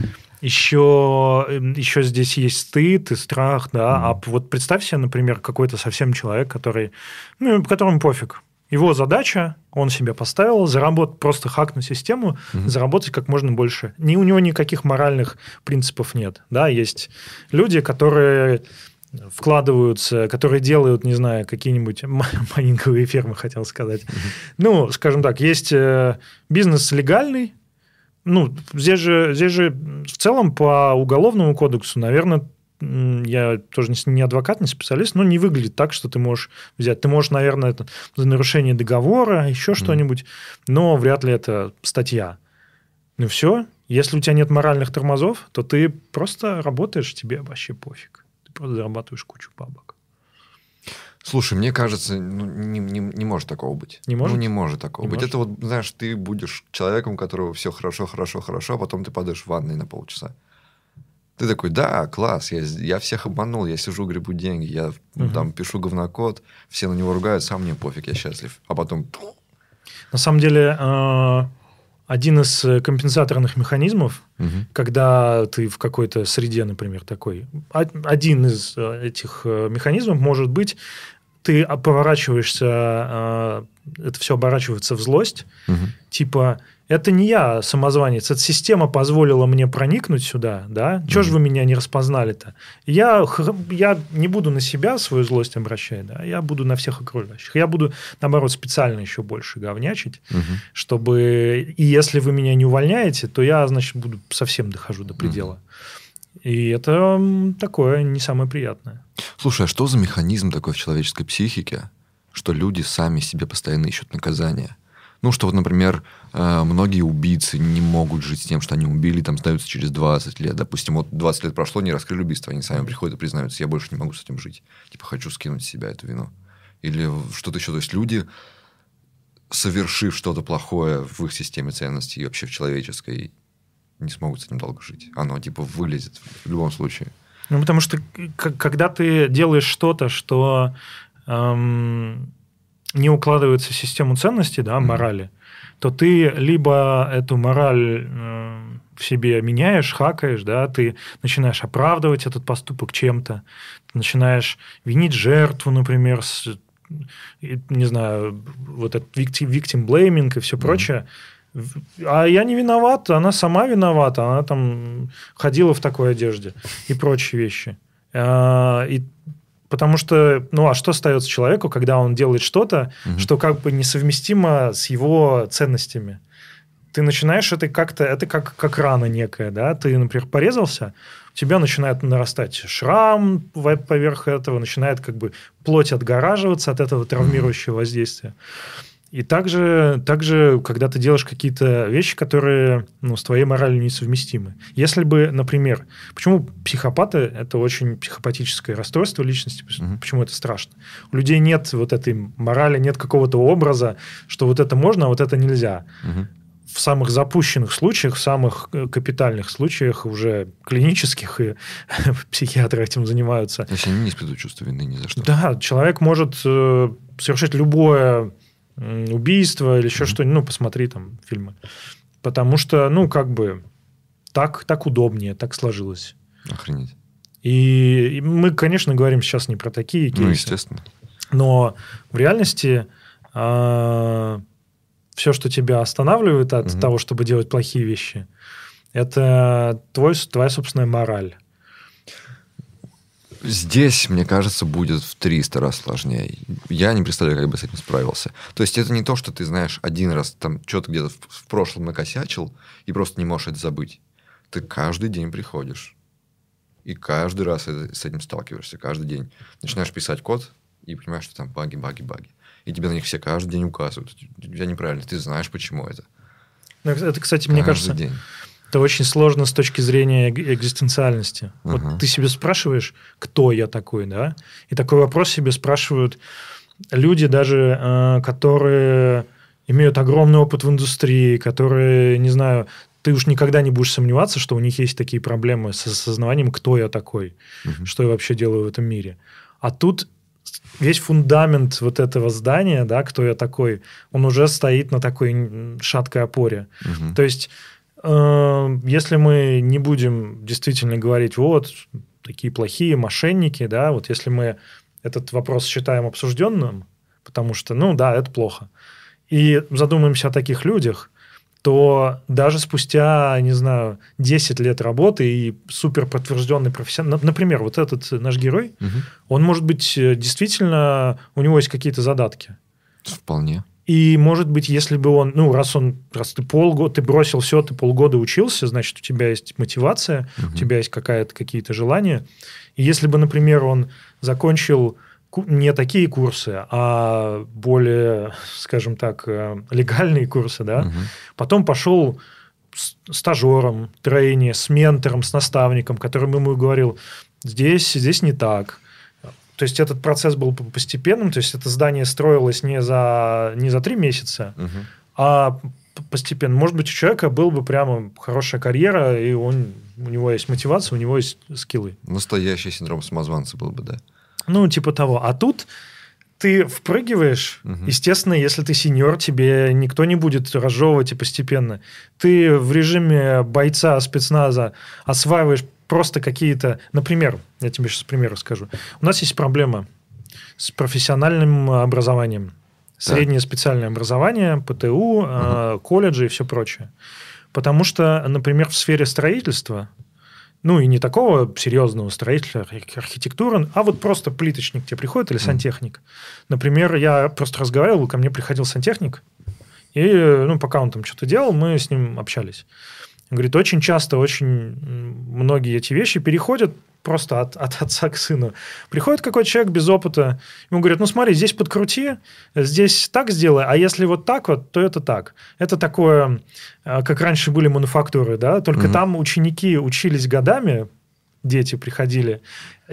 Еще, еще здесь есть стыд и страх, да. Mm. А вот представь себе, например, какой-то совсем человек, который, ну, которому пофиг. Его задача, он себе поставил, заработать, просто хакнуть систему, mm-hmm. заработать как можно больше. Ни, у него никаких моральных принципов нет. Да? Есть люди, которые вкладываются, которые делают, не знаю, какие-нибудь майнинговые фермы, хотел сказать. Mm-hmm. Ну, скажем так, есть бизнес легальный. Ну, здесь же, здесь же в целом по уголовному кодексу, наверное, я тоже не адвокат, не специалист, но не выглядит так, что ты можешь взять. Ты можешь, наверное, это за нарушение договора, еще mm. что-нибудь, но вряд ли это статья. Ну все, если у тебя нет моральных тормозов, то ты просто работаешь, тебе вообще пофиг. Ты просто зарабатываешь кучу бабок. Слушай, мне кажется, ну, не, не, не может такого быть. Не может? Ну, не может такого не быть. может? Это вот, знаешь, ты будешь человеком, у которого все хорошо, хорошо, хорошо, а потом ты падаешь в ванной на полчаса. Ты такой, да, класс, я, я всех обманул, я сижу, гребу деньги, я угу. там пишу говнокод, все на него ругают, сам мне пофиг, я счастлив. А потом... На самом деле, один из компенсаторных механизмов, угу. когда ты в какой-то среде, например, такой. Один из этих механизмов может быть, ты поворачиваешься, это все оборачивается в злость, угу. типа, это не я самозванец, эта система позволила мне проникнуть сюда, да? Чего угу. же вы меня не распознали-то? Я, я не буду на себя свою злость обращать, да? Я буду на всех окружающих. Я буду, наоборот, специально еще больше говнячить, угу. чтобы... И если вы меня не увольняете, то я, значит, буду совсем дохожу до предела. Угу. И это такое не самое приятное. Слушай, а что за механизм такой в человеческой психике, что люди сами себе постоянно ищут наказания? Ну, что вот, например, многие убийцы не могут жить с тем, что они убили, там, сдаются через двадцать лет. Допустим, вот двадцать лет прошло, не раскрыли убийство, они сами приходят и признаются, я больше не могу с этим жить. Типа, хочу скинуть с себя эту вину. Или что-то еще. То есть, люди, совершив что-то плохое в их системе ценностей и вообще в человеческой, не смогут с этим долго жить. Оно, типа, вылезет в любом случае. Ну, потому что, когда ты делаешь что-то, что... Эм... не укладывается в систему ценностей, да, морали, mm-hmm. то ты либо эту мораль э, в себе меняешь, хакаешь, да, ты начинаешь оправдывать этот поступок чем-то, ты начинаешь винить жертву, например, с, не знаю, вот этот victim, victim blaming и все mm-hmm. прочее. А я не виноват, она сама виновата, она там ходила в такой одежде и прочие вещи. И потому что, ну, а что остается человеку, когда он делает что-то, угу. что как бы несовместимо с его ценностями? Ты начинаешь это как-то, это как, как рана некая, да? Ты, например, порезался, у тебя начинает нарастать шрам поверх этого, начинает как бы плоть отгораживаться от этого травмирующего воздействия. И также, также, когда ты делаешь какие-то вещи, которые, ну, с твоей моралью несовместимы. Если бы, например, почему психопаты – это очень психопатическое расстройство личности, mm-hmm. почему это страшно? У людей нет вот этой морали, нет какого-то образа, что вот это можно, а вот это нельзя. Mm-hmm. В самых запущенных случаях, в самых капитальных случаях, уже клинических, и психиатры этим занимаются. То есть они не испытывают чувство вины ни за что. Да, человек может совершить любое... убийство или еще mm-hmm. что-нибудь, ну, посмотри там фильмы. Потому что, ну, как бы так, так удобнее, так сложилось. Охренеть. И, и мы, конечно, говорим сейчас не про такие кейсы. Ну, естественно. Но в реальности а, все, что тебя останавливает от mm-hmm. того, чтобы делать плохие вещи, это твой, твоя собственная мораль. Здесь, мне кажется, будет в триста раз сложнее. Я не представляю, как бы с этим справился. То есть, это не то, что ты знаешь один раз, там, что-то где-то в, в прошлом накосячил, и просто не можешь это забыть. Ты каждый день приходишь. И каждый раз это, с этим сталкиваешься. Каждый день. Начинаешь писать код, и понимаешь, что там баги, баги, баги. И тебе на них все каждый день указывают. У тебя неправильно. Ты знаешь, почему это. Это, кстати, мне каждый кажется... день. Это очень сложно с точки зрения экзистенциальности. Uh-huh. Вот ты себе спрашиваешь, кто я такой, да? И такой вопрос себе спрашивают люди даже, которые имеют огромный опыт в индустрии, которые, не знаю, ты уж никогда не будешь сомневаться, что у них есть такие проблемы с осознаванием, кто я такой, uh-huh. что я вообще делаю в этом мире. А тут весь фундамент вот этого здания, да, кто я такой, он уже стоит на такой шаткой опоре. Uh-huh. То есть... Если мы не будем действительно говорить, вот, такие плохие мошенники, да, вот если мы этот вопрос считаем обсужденным, потому что, ну да, это плохо, и задумаемся о таких людях, то даже спустя, не знаю, десять лет работы и супер подтвержденный профессионал, например, вот этот наш герой, угу. он, может быть, действительно, у него есть какие-то задатки. Вполне. И, может быть, если бы он, ну, раз он, раз ты полгода, ты бросил все, ты полгода учился, значит, у тебя есть мотивация, угу. у тебя есть какая-то, какие-то желания. И если бы, например, он закончил не такие курсы, а более, скажем так, легальные курсы, да, угу. потом пошел стажером, трейни, с ментором, с наставником, который ему говорил, здесь, здесь не так. То есть, этот процесс был постепенным, то есть, это здание строилось не за, не за три месяца, угу. а постепенно. Может быть, у человека была бы прямо хорошая карьера, и он, у него есть мотивация, у него есть скиллы. Настоящий синдром самозванца был бы, да. Ну, типа того. А тут ты впрыгиваешь, угу. естественно, если ты сеньор, тебе никто не будет разжевывать и постепенно. Ты в режиме бойца спецназа осваиваешь просто какие-то... Например, я тебе сейчас пример расскажу. У нас есть проблема с профессиональным образованием. Среднее специальное образование, ПТУ, угу. колледжи и все прочее. Потому что, например, в сфере строительства, ну и не такого серьезного строителя, архитектуры, а вот просто плиточник тебе приходит или сантехник. Например, я просто разговаривал, ко мне приходил сантехник, и ну, пока он там что-то делал, мы с ним общались. Он говорит, очень часто, очень многие эти вещи переходят просто от, от отца к сыну. Приходит какой-то человек без опыта, ему говорят, ну смотри, здесь подкрути, здесь так сделай, а если вот так вот, то это так. Это такое, как раньше были мануфактуры, да, только угу. там ученики учились годами, дети приходили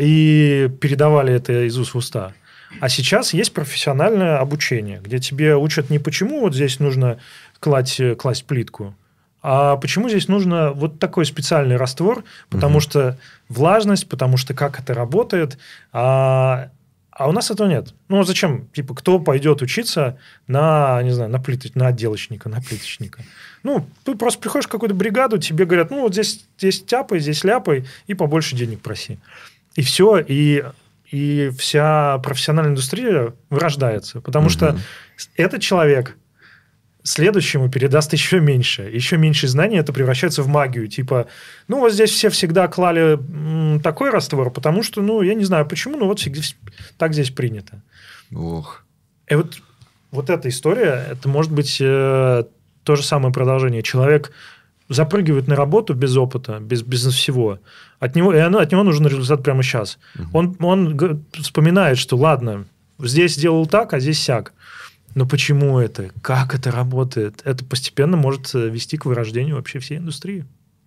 и передавали это из уст в уста. А сейчас есть профессиональное обучение, где тебе учат не почему вот здесь нужно класть, класть плитку, а почему здесь нужно вот такой специальный раствор? Потому угу. что влажность, потому что как это работает. А, а у нас этого нет. Ну, зачем? Типа, кто пойдет учиться на, не знаю, на, плит... на отделочника, на плиточника? Ну, ты просто приходишь в какую-то бригаду, тебе говорят, ну, вот здесь, здесь тяпай, здесь ляпай, и побольше денег проси. И все, и, и вся профессиональная индустрия вырождается. Потому угу. что этот человек... следующему передаст еще меньше. Еще меньше знаний, это превращается в магию. Типа, ну, вот здесь все всегда клали м, такой раствор, потому что, ну, я не знаю почему, но вот всегда, так здесь принято. Ох. И вот, вот эта история, это может быть э, то же самое продолжение. Человек запрыгивает на работу без опыта, без, без всего. От него, и оно, от него нужен результат прямо сейчас. Угу. Он, он вспоминает, что ладно, здесь сделал так, а здесь сяк. Но почему это? Как это работает? Это постепенно может вести к вырождению вообще всей индустрии.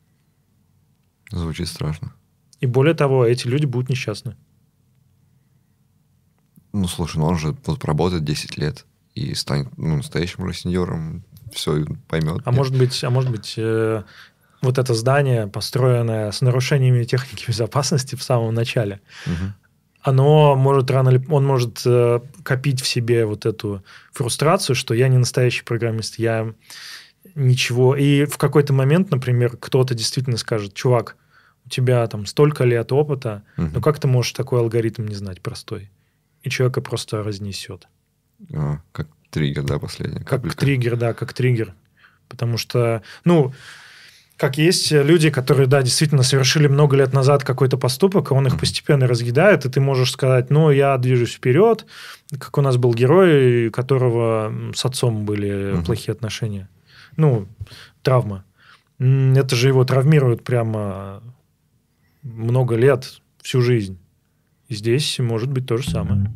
Звучит страшно. И более того, эти люди будут несчастны. Ну, слушай, ну он же вот работает десять лет и станет ну, настоящим уже сеньором, все поймет. А может быть, а может быть э, вот это здание, построенное с нарушениями техники безопасности в самом начале, угу. оно может рано или он может э, копить в себе вот эту фрустрацию, что я не настоящий программист, я ничего. И в какой-то момент, например, кто-то действительно скажет, чувак, у тебя там столько лет опыта, угу. но как ты можешь такой алгоритм не знать простой? И человека просто разнесет. А, как триггер, да, последний? Как капелька. триггер, да, как триггер. Потому что, ну... Как есть люди, которые, да, действительно совершили много лет назад какой-то поступок, и он их постепенно разъедает, и ты можешь сказать, ну, я движусь вперед, как у нас был герой, у которого с отцом были uh-huh. плохие отношения. Ну, травма. Это же его травмирует прямо много лет, всю жизнь. И здесь может быть то же самое.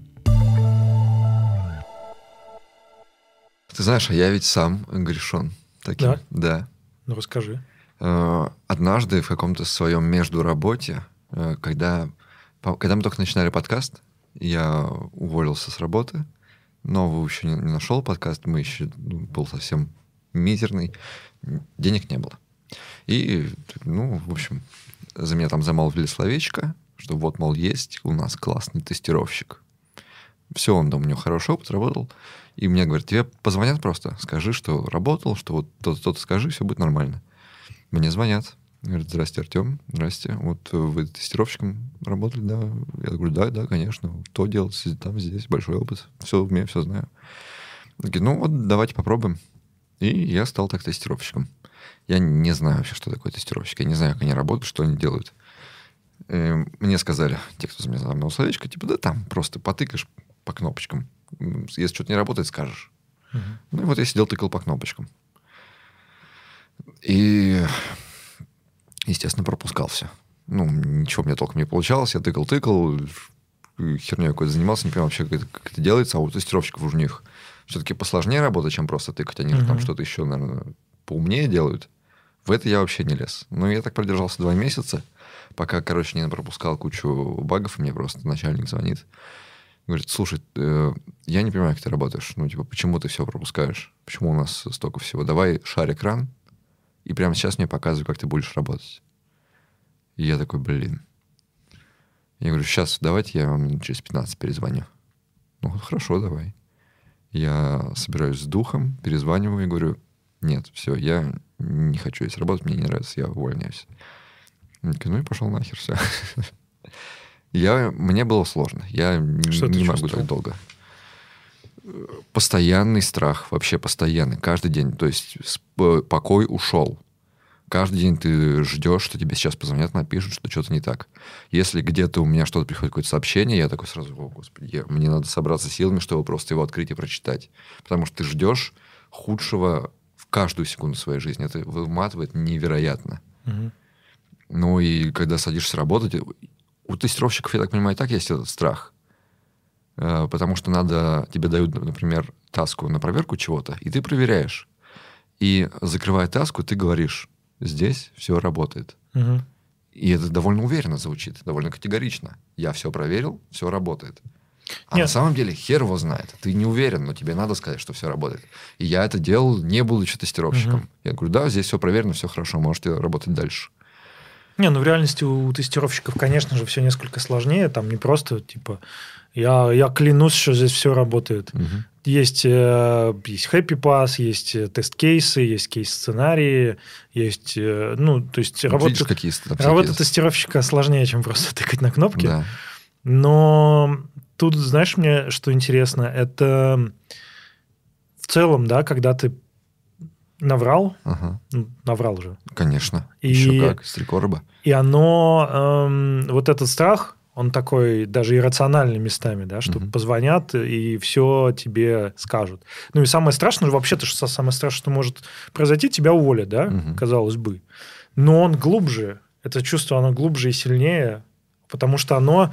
Ты знаешь, а я ведь сам грешен таким. Да? Да. Ну, расскажи. Однажды в каком-то своем междуработе, когда, когда мы только начинали подкаст, я уволился с работы, нового еще не, не нашел подкаст, мы еще ну, был совсем мизерный, денег не было. И, ну, в общем, за меня там замолвили словечко, что вот, мол, есть у нас классный тестировщик. Все, он там у него хороший опыт, работал. И мне говорят, тебе позвонят просто, скажи, что работал, что вот то-то, то-то скажи, все будет нормально. Мне звонят. Говорят, здрасте, Артем, здрасте. Вот вы тестировщиком работали, да? Я говорю, да, да, конечно. То делать, там, здесь, большой опыт. Все умею, все знаю. Говорят, ну вот, давайте попробуем. И я стал так тестировщиком. Я не знаю вообще, что такое тестировщик. Я не знаю, как они работают, что они делают. И мне сказали, те, кто за меня замовил словечко, типа, да там просто потыкаешь по кнопочкам. Если что-то не работает, скажешь. Uh-huh. Ну и вот я сидел, тыкал по кнопочкам. И, естественно, пропускал все. Ну, ничего у меня толком не получалось. Я тыкал-тыкал, херней какой-то занимался, не понимал вообще, как это, как это делается. А у тестировщиков уже у них все-таки посложнее работа, чем просто тыкать. Они uh-huh. же там что-то еще, наверное, поумнее делают. В это я вообще не лез. Ну, я так продержался два месяца, пока, короче, не пропускал кучу багов, и мне просто начальник звонит. Говорит, слушай, э, я не понимаю, как ты работаешь. Ну, типа, почему ты все пропускаешь? Почему у нас столько всего? Давай шарь экран, и прямо сейчас мне показывай, как ты будешь работать. И я такой, блин. Я говорю, сейчас давайте я вам через пятнадцать перезвоню. Ну, хорошо, давай. Я собираюсь с духом, перезваниваю и говорю, нет, все, я не хочу здесь работать, мне не нравится, я увольняюсь. Ну и пошел нахер, все. Я, мне было сложно. Я Что не ты могу чувствовал? так долго. Постоянный страх, вообще постоянный, каждый день. То есть покой ушел. Каждый день ты ждешь, что тебе сейчас позвонят, напишут, что что-то не так. Если где-то у меня что-то приходит, какое-то сообщение, я такой сразу, о, господи, я, мне надо собраться силами, чтобы просто его открыть и прочитать. Потому что ты ждешь худшего в каждую секунду своей жизни. Это выматывает невероятно. Угу. Ну и когда садишься работать, у тестировщиков, я так понимаю, и так есть этот страх. Потому что надо, тебе дают, например, таску на проверку чего-то, и ты проверяешь. И закрывая таску, ты говоришь, здесь все работает. Угу. И это довольно уверенно звучит, довольно категорично. Я все проверил, все работает. А Нет. на самом деле хер его знает. Ты не уверен, но тебе надо сказать, что все работает. И я это делал, не будучи тестировщиком. Угу. Я говорю, да, здесь все проверено, все хорошо, можете работать дальше. Не, ну в реальности у тестировщиков, конечно же, все несколько сложнее. Там не просто, типа, я, я клянусь, что здесь все работает. Угу. Есть, э, есть happy pass, есть тест-кейсы, есть кейс-сценарии, есть, э, ну, то есть ну, работа, видишь, какие работа тестировщика сложнее, чем просто тыкать на кнопки. Да. Но тут, знаешь, мне что интересно, это в целом, да, когда ты наврал, ага. ну, наврал же. Конечно. И, еще как, с три короба. И оно, эм, вот этот страх, он такой даже иррациональный местами, да, что угу. позвонят и все тебе скажут. Ну и самое страшное, вообще-то, что самое страшное, что может произойти, тебя уволят, да, угу. казалось бы. Но он глубже, это чувство, оно глубже и сильнее, потому что оно,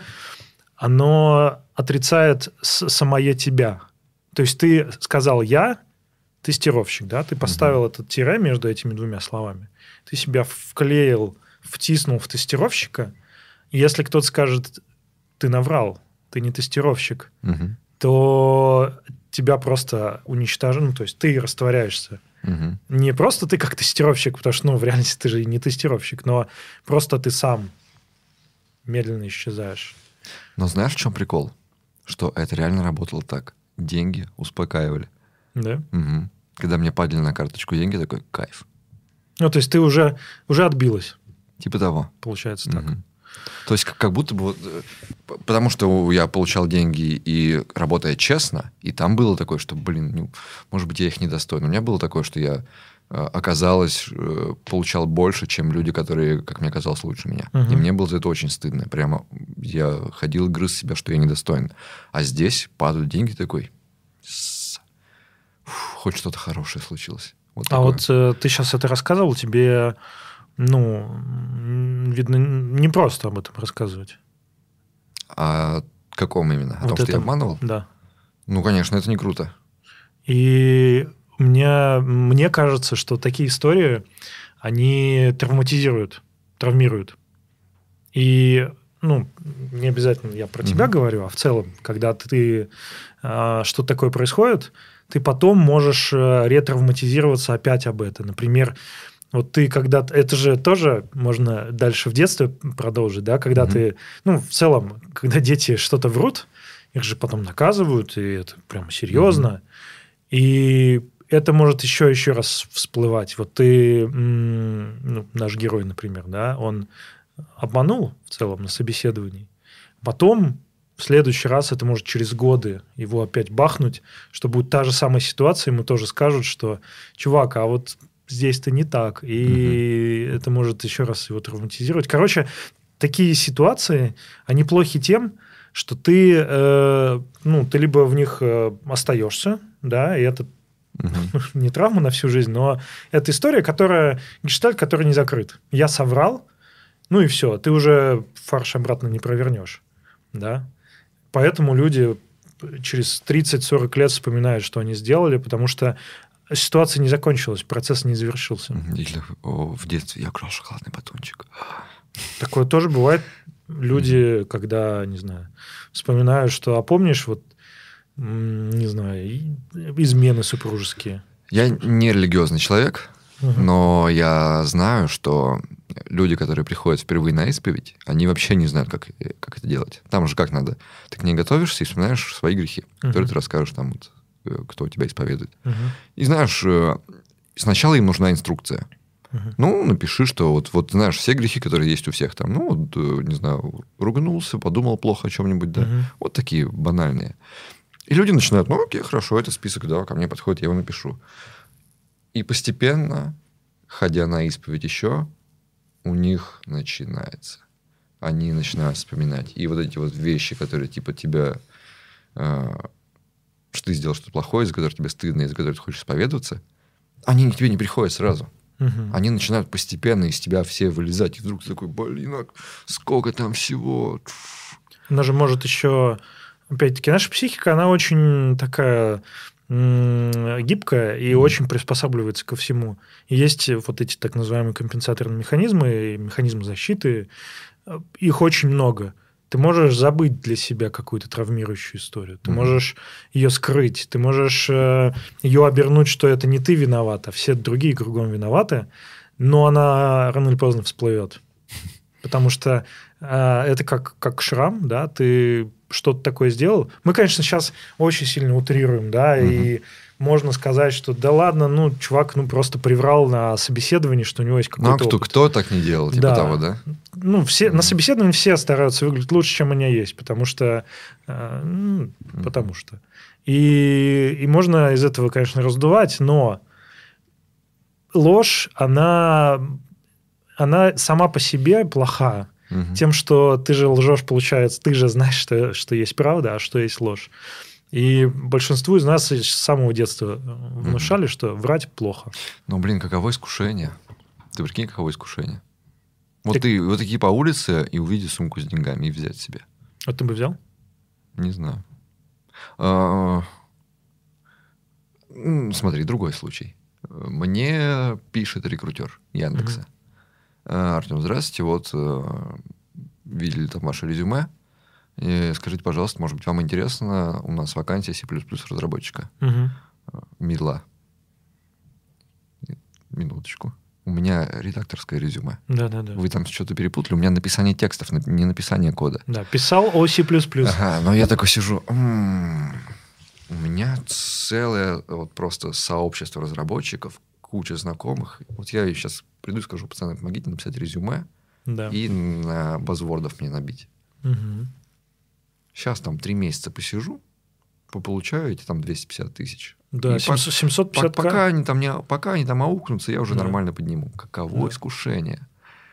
оно отрицает самое тебя. То есть ты сказал «я», тестировщик, да, ты поставил uh-huh. этот тире между этими двумя словами, ты себя вклеил, втиснул в тестировщика, и если кто-то скажет, ты наврал, ты не тестировщик, uh-huh. то тебя просто уничтожат, ну, то есть ты растворяешься. Uh-huh. Не просто ты как тестировщик, потому что, ну, в реальности ты же не тестировщик, но просто ты сам медленно исчезаешь. Но знаешь, в чем прикол? Что это реально работало так. Деньги успокаивали. Да? Угу. Когда мне падали на карточку деньги, такой кайф. Ну, то есть ты уже, уже отбилась. Типа того. Получается так. Угу. То есть как, как будто бы... Потому что я получал деньги и работая честно, и там было такое, что, блин, ну, может быть, я их недостоин. У меня было такое, что я оказалось, получал больше, чем люди, которые, как мне казалось, лучше меня. Угу. И мне было за это очень стыдно. Прямо я ходил и грыз себя, что я недостоин. А здесь падают деньги такой... Хоть что-то хорошее случилось. Вот а такое. вот э, ты сейчас это рассказывал, тебе, ну, видно, не просто об этом рассказывать. А каком именно? О вот том, это, что я обманывал? Да. Ну, конечно, это не круто. И мне, мне кажется, что такие истории, они травматизируют, травмируют. И, ну, не обязательно я про mm-hmm. тебя говорю, а в целом, когда ты, э, что-то такое происходит, ты потом можешь ретравматизироваться опять об этом. Например, вот ты когда-то... Это же тоже можно дальше в детстве продолжить, да? Когда mm-hmm. ты... Ну, в целом, когда дети что-то врут, их же потом наказывают, и это прям серьезно. Mm-hmm. И это может еще еще раз всплывать. Вот ты... Ну, наш герой, например, да? Он обманул в целом на собеседовании. Потом... В следующий раз это может через годы его опять бахнуть, что будет та же самая ситуация, ему тоже скажут, что чувак, а вот здесь-то не так, и угу. это может еще раз его травматизировать. Короче, такие ситуации, они плохи тем, что ты, э, ну, ты либо в них остаешься, да, и это угу. не травма на всю жизнь, но это история, которая, гештальт, который не закрыт. Я соврал, ну и все, ты уже фарш обратно не провернешь, да. Поэтому люди через тридцать-сорок лет вспоминают, что они сделали, потому что ситуация не закончилась, процесс не завершился. Или о, в детстве я украл шоколадный батончик. Такое тоже бывает. Люди, mm-hmm. когда, не знаю, вспоминают, что, а помнишь, вот, не знаю, измены супружеские. Я не религиозный человек, uh-huh. но я знаю, что люди, которые приходят впервые на исповедь, они вообще не знают, как, как это делать. Там же как надо. Ты к ней готовишься и вспоминаешь свои грехи, uh-huh. которые ты расскажешь там, вот, кто тебя исповедует. Uh-huh. И знаешь, сначала им нужна инструкция. Uh-huh. Ну, напиши, что вот, вот знаешь, все грехи, которые есть у всех там. Ну, вот, не знаю, ругнулся, подумал плохо о чем-нибудь, да. Uh-huh. Вот такие банальные. И люди начинают, ну, окей, хорошо, это список, да, ко мне подходит, я его напишу. И постепенно, ходя на исповедь еще, у них начинается. Они начинают вспоминать. И вот эти вот вещи, которые типа тебя... Э, что ты сделал что-то плохое, из-за которого тебе стыдно, из-за которого ты хочешь исповедоваться, они к тебе не приходят сразу. Угу. Они начинают постепенно из тебя все вылезать. И вдруг ты такой, блин, а сколько там всего. Она же может еще... Опять-таки, наша психика, она очень такая... гибкая и mm. очень приспосабливается ко всему. И есть вот эти так называемые компенсаторные механизмы, механизмы защиты. Их очень много. Ты можешь забыть для себя какую-то травмирующую историю. Ты mm. можешь ее скрыть. Ты можешь ее обернуть, что это не ты виноват, а все другие кругом виноваты. Но она рано или поздно всплывет. Потому что это как, как шрам, да, ты что-то такое сделал. Мы, конечно, сейчас очень сильно утрируем, да, угу. и можно сказать, что да ладно, ну, чувак, ну, просто приврал на собеседовании, что у него есть какой-то Ну, а кто, опыт. кто так не делал, типа да. того, да? Ну, все, угу. на собеседовании все стараются выглядеть лучше, чем они есть, потому что... Ну, угу. потому что. И, и можно из этого, конечно, раздувать, но ложь, она, она сама по себе плоха. Угу. Тем, что ты же лжешь, получается, ты же знаешь, что, что есть правда, а что есть ложь. И большинству из нас с самого детства внушали, угу. что врать плохо. Ну, блин, каково искушение? Ты прикинь, каково искушение? Вот ты, ты вот такие по улице и увидишь сумку с деньгами и взять себе. А ты бы взял? Не знаю. А, смотри, другой случай. Мне пишет рекрутер Яндекса. Угу. Артем, здравствуйте, вот э, видели там ваше резюме. И скажите, пожалуйста, может быть, вам интересно, у нас вакансия C++ разработчика. Угу. Мидла. Минуточку. У меня редакторское резюме. Да-да-да. Вы там что-то перепутали. У меня написание текстов, не написание кода. Да, писал о C++. Ага, но я такой сижу... М-м-м, у меня целое вот просто сообщество разработчиков, куча знакомых. Вот я сейчас приду и скажу, пацаны, помогите написать резюме да. и на базвордов мне набить. Угу. Сейчас там три месяца посижу, пополучаю эти там двести пятьдесят тысяч. Да, семьсот пятьдесят по, пока, они там не, пока они там аукнутся, я уже да. нормально подниму. Каково да. искушение.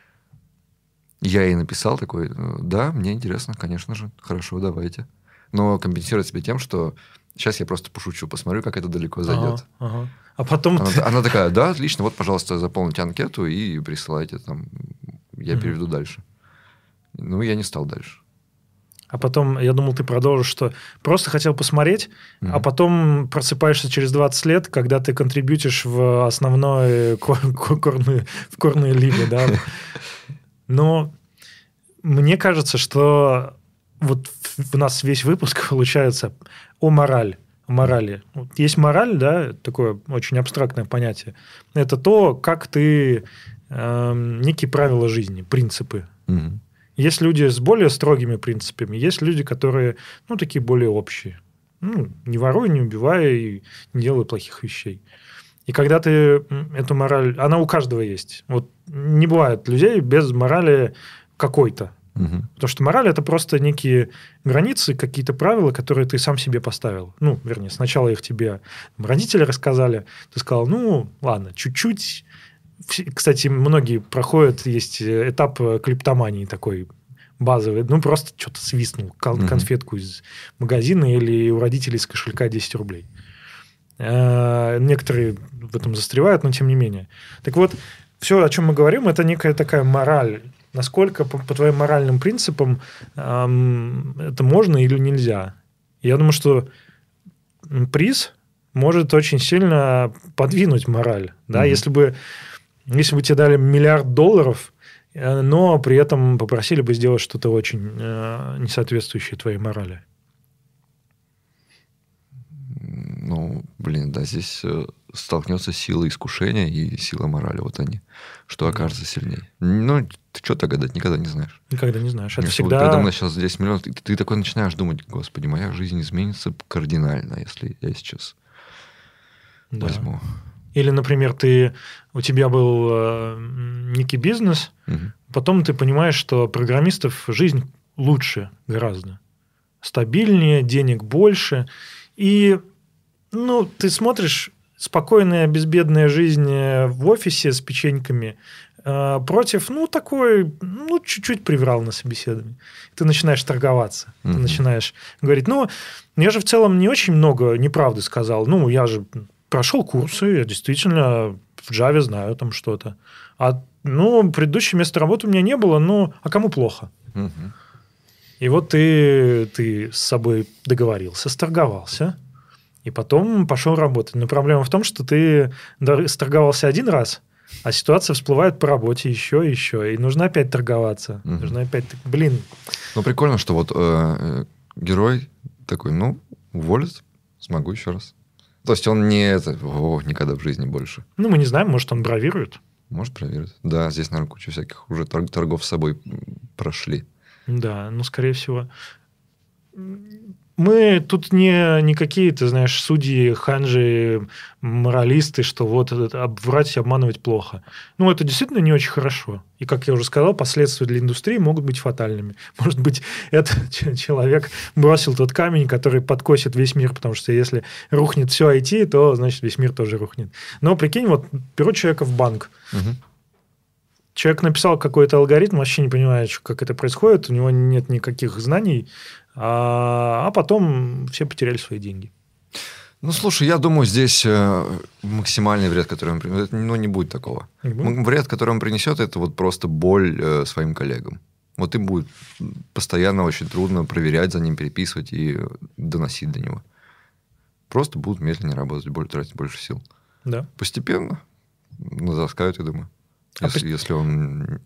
Я ей написал такой, да, мне интересно, конечно же, хорошо, давайте. Но компенсировать себе тем, что сейчас я просто пошучу, посмотрю, как это далеко зайдет. Ага, ага. А потом... Она, ты... она такая, да, отлично, вот, пожалуйста, заполните анкету и присылайте там, я mm-hmm. переведу дальше. Ну, я не стал дальше. А потом, я думал, ты продолжишь, что просто хотел посмотреть, mm-hmm. а потом просыпаешься через двадцать лет, когда ты контрибьютишь в основное корную, в корную лигу, да. Но мне кажется, что вот у нас весь выпуск получается о мораль. Морали. Вот есть мораль, да, такое очень абстрактное понятие. Это то, как ты э, некие правила жизни, принципы. Угу. Есть люди с более строгими принципами, есть люди, которые, ну, такие более общие. Ну, не воруй, не убивай, и не делай плохих вещей. И когда ты эту мораль... Она у каждого есть. Вот не бывает людей без морали какой-то. Угу. Потому что мораль – это просто некие границы, какие-то правила, которые ты сам себе поставил. Ну, вернее, сначала их тебе родители рассказали. Ты сказал, ну, ладно, чуть-чуть. Кстати, многие проходят, есть этап клептомании такой базовый. Ну, просто что-то свистнул, кон- угу. конфетку из магазина или у родителей из кошелька десять рублей. Некоторые в этом застревают, но тем не менее. Так вот, все, о чем мы говорим, это некая такая мораль. Насколько по, по твоим моральным принципам эм, это можно или нельзя? Я думаю, что приз может очень сильно подвинуть мораль. Да? Mm-hmm. Если бы, если бы тебе дали миллиард долларов, э, но при этом попросили бы сделать что-то очень э, не соответствующее твоей морали. Ну, Блин, да, здесь столкнется сила искушения и сила морали. Вот они. Что окажется сильнее. Ну, ты что-то гадать никогда не знаешь. Никогда не знаешь. Это если всегда... вот передо мной сейчас десять миллионов, ты, ты такой начинаешь думать, господи, моя жизнь изменится кардинально, если я сейчас да. возьму. Или, например, ты, у тебя был э, некий бизнес, угу. потом ты понимаешь, что программистов жизнь лучше гораздо. Стабильнее, денег больше. И ну, ты смотришь, спокойная, безбедная жизнь в офисе с печеньками э, против, ну, такой, ну, чуть-чуть приврал на собеседовании. Ты начинаешь торговаться. Mm-hmm. Ты начинаешь говорить, ну, я же в целом не очень много неправды сказал. Ну, я же прошел курсы, я действительно в Java знаю там что-то. А, ну, предыдущее место работы у меня не было, ну, а кому плохо? Mm-hmm. И вот ты, ты с собой договорился, сторговался, и потом пошел работать. Но проблема в том, что ты сторговался один раз, а ситуация всплывает по работе еще и еще. И нужно опять торговаться. Mm-hmm. Нужно опять... Блин. Ну, прикольно, что вот э, герой такой, ну, уволят, смогу еще раз. То есть он не... Это, о, никогда в жизни больше. Ну, мы не знаем, может, он бравирует. Может, бравирует. Да, здесь, наверное, куча всяких уже торгов с собой прошли. Да, ну, скорее всего... Мы тут не, не какие-то, знаешь, судьи, ханжи, моралисты, что вот врать и обманывать плохо. Ну, это действительно не очень хорошо. И, как я уже сказал, последствия для индустрии могут быть фатальными. Может быть, этот человек бросил тот камень, который подкосит весь мир, потому что если рухнет все ай ти, то, значит, весь мир тоже рухнет. Но, прикинь, вот беру человека в банк. Угу. Человек написал какой-то алгоритм, вообще не понимает, как это происходит, у него нет никаких знаний, а, а потом все потеряли свои деньги. Ну, слушай, я думаю, здесь максимальный вред, который он принесет, ну, не будет такого. Не будет? Вред, который он принесет, это вот просто боль своим коллегам. Вот им будет постоянно очень трудно проверять за ним, переписывать и доносить до него. Просто будут медленнее работать, более тратить больше сил. Да. Постепенно натаскают, я думаю. Если, а если он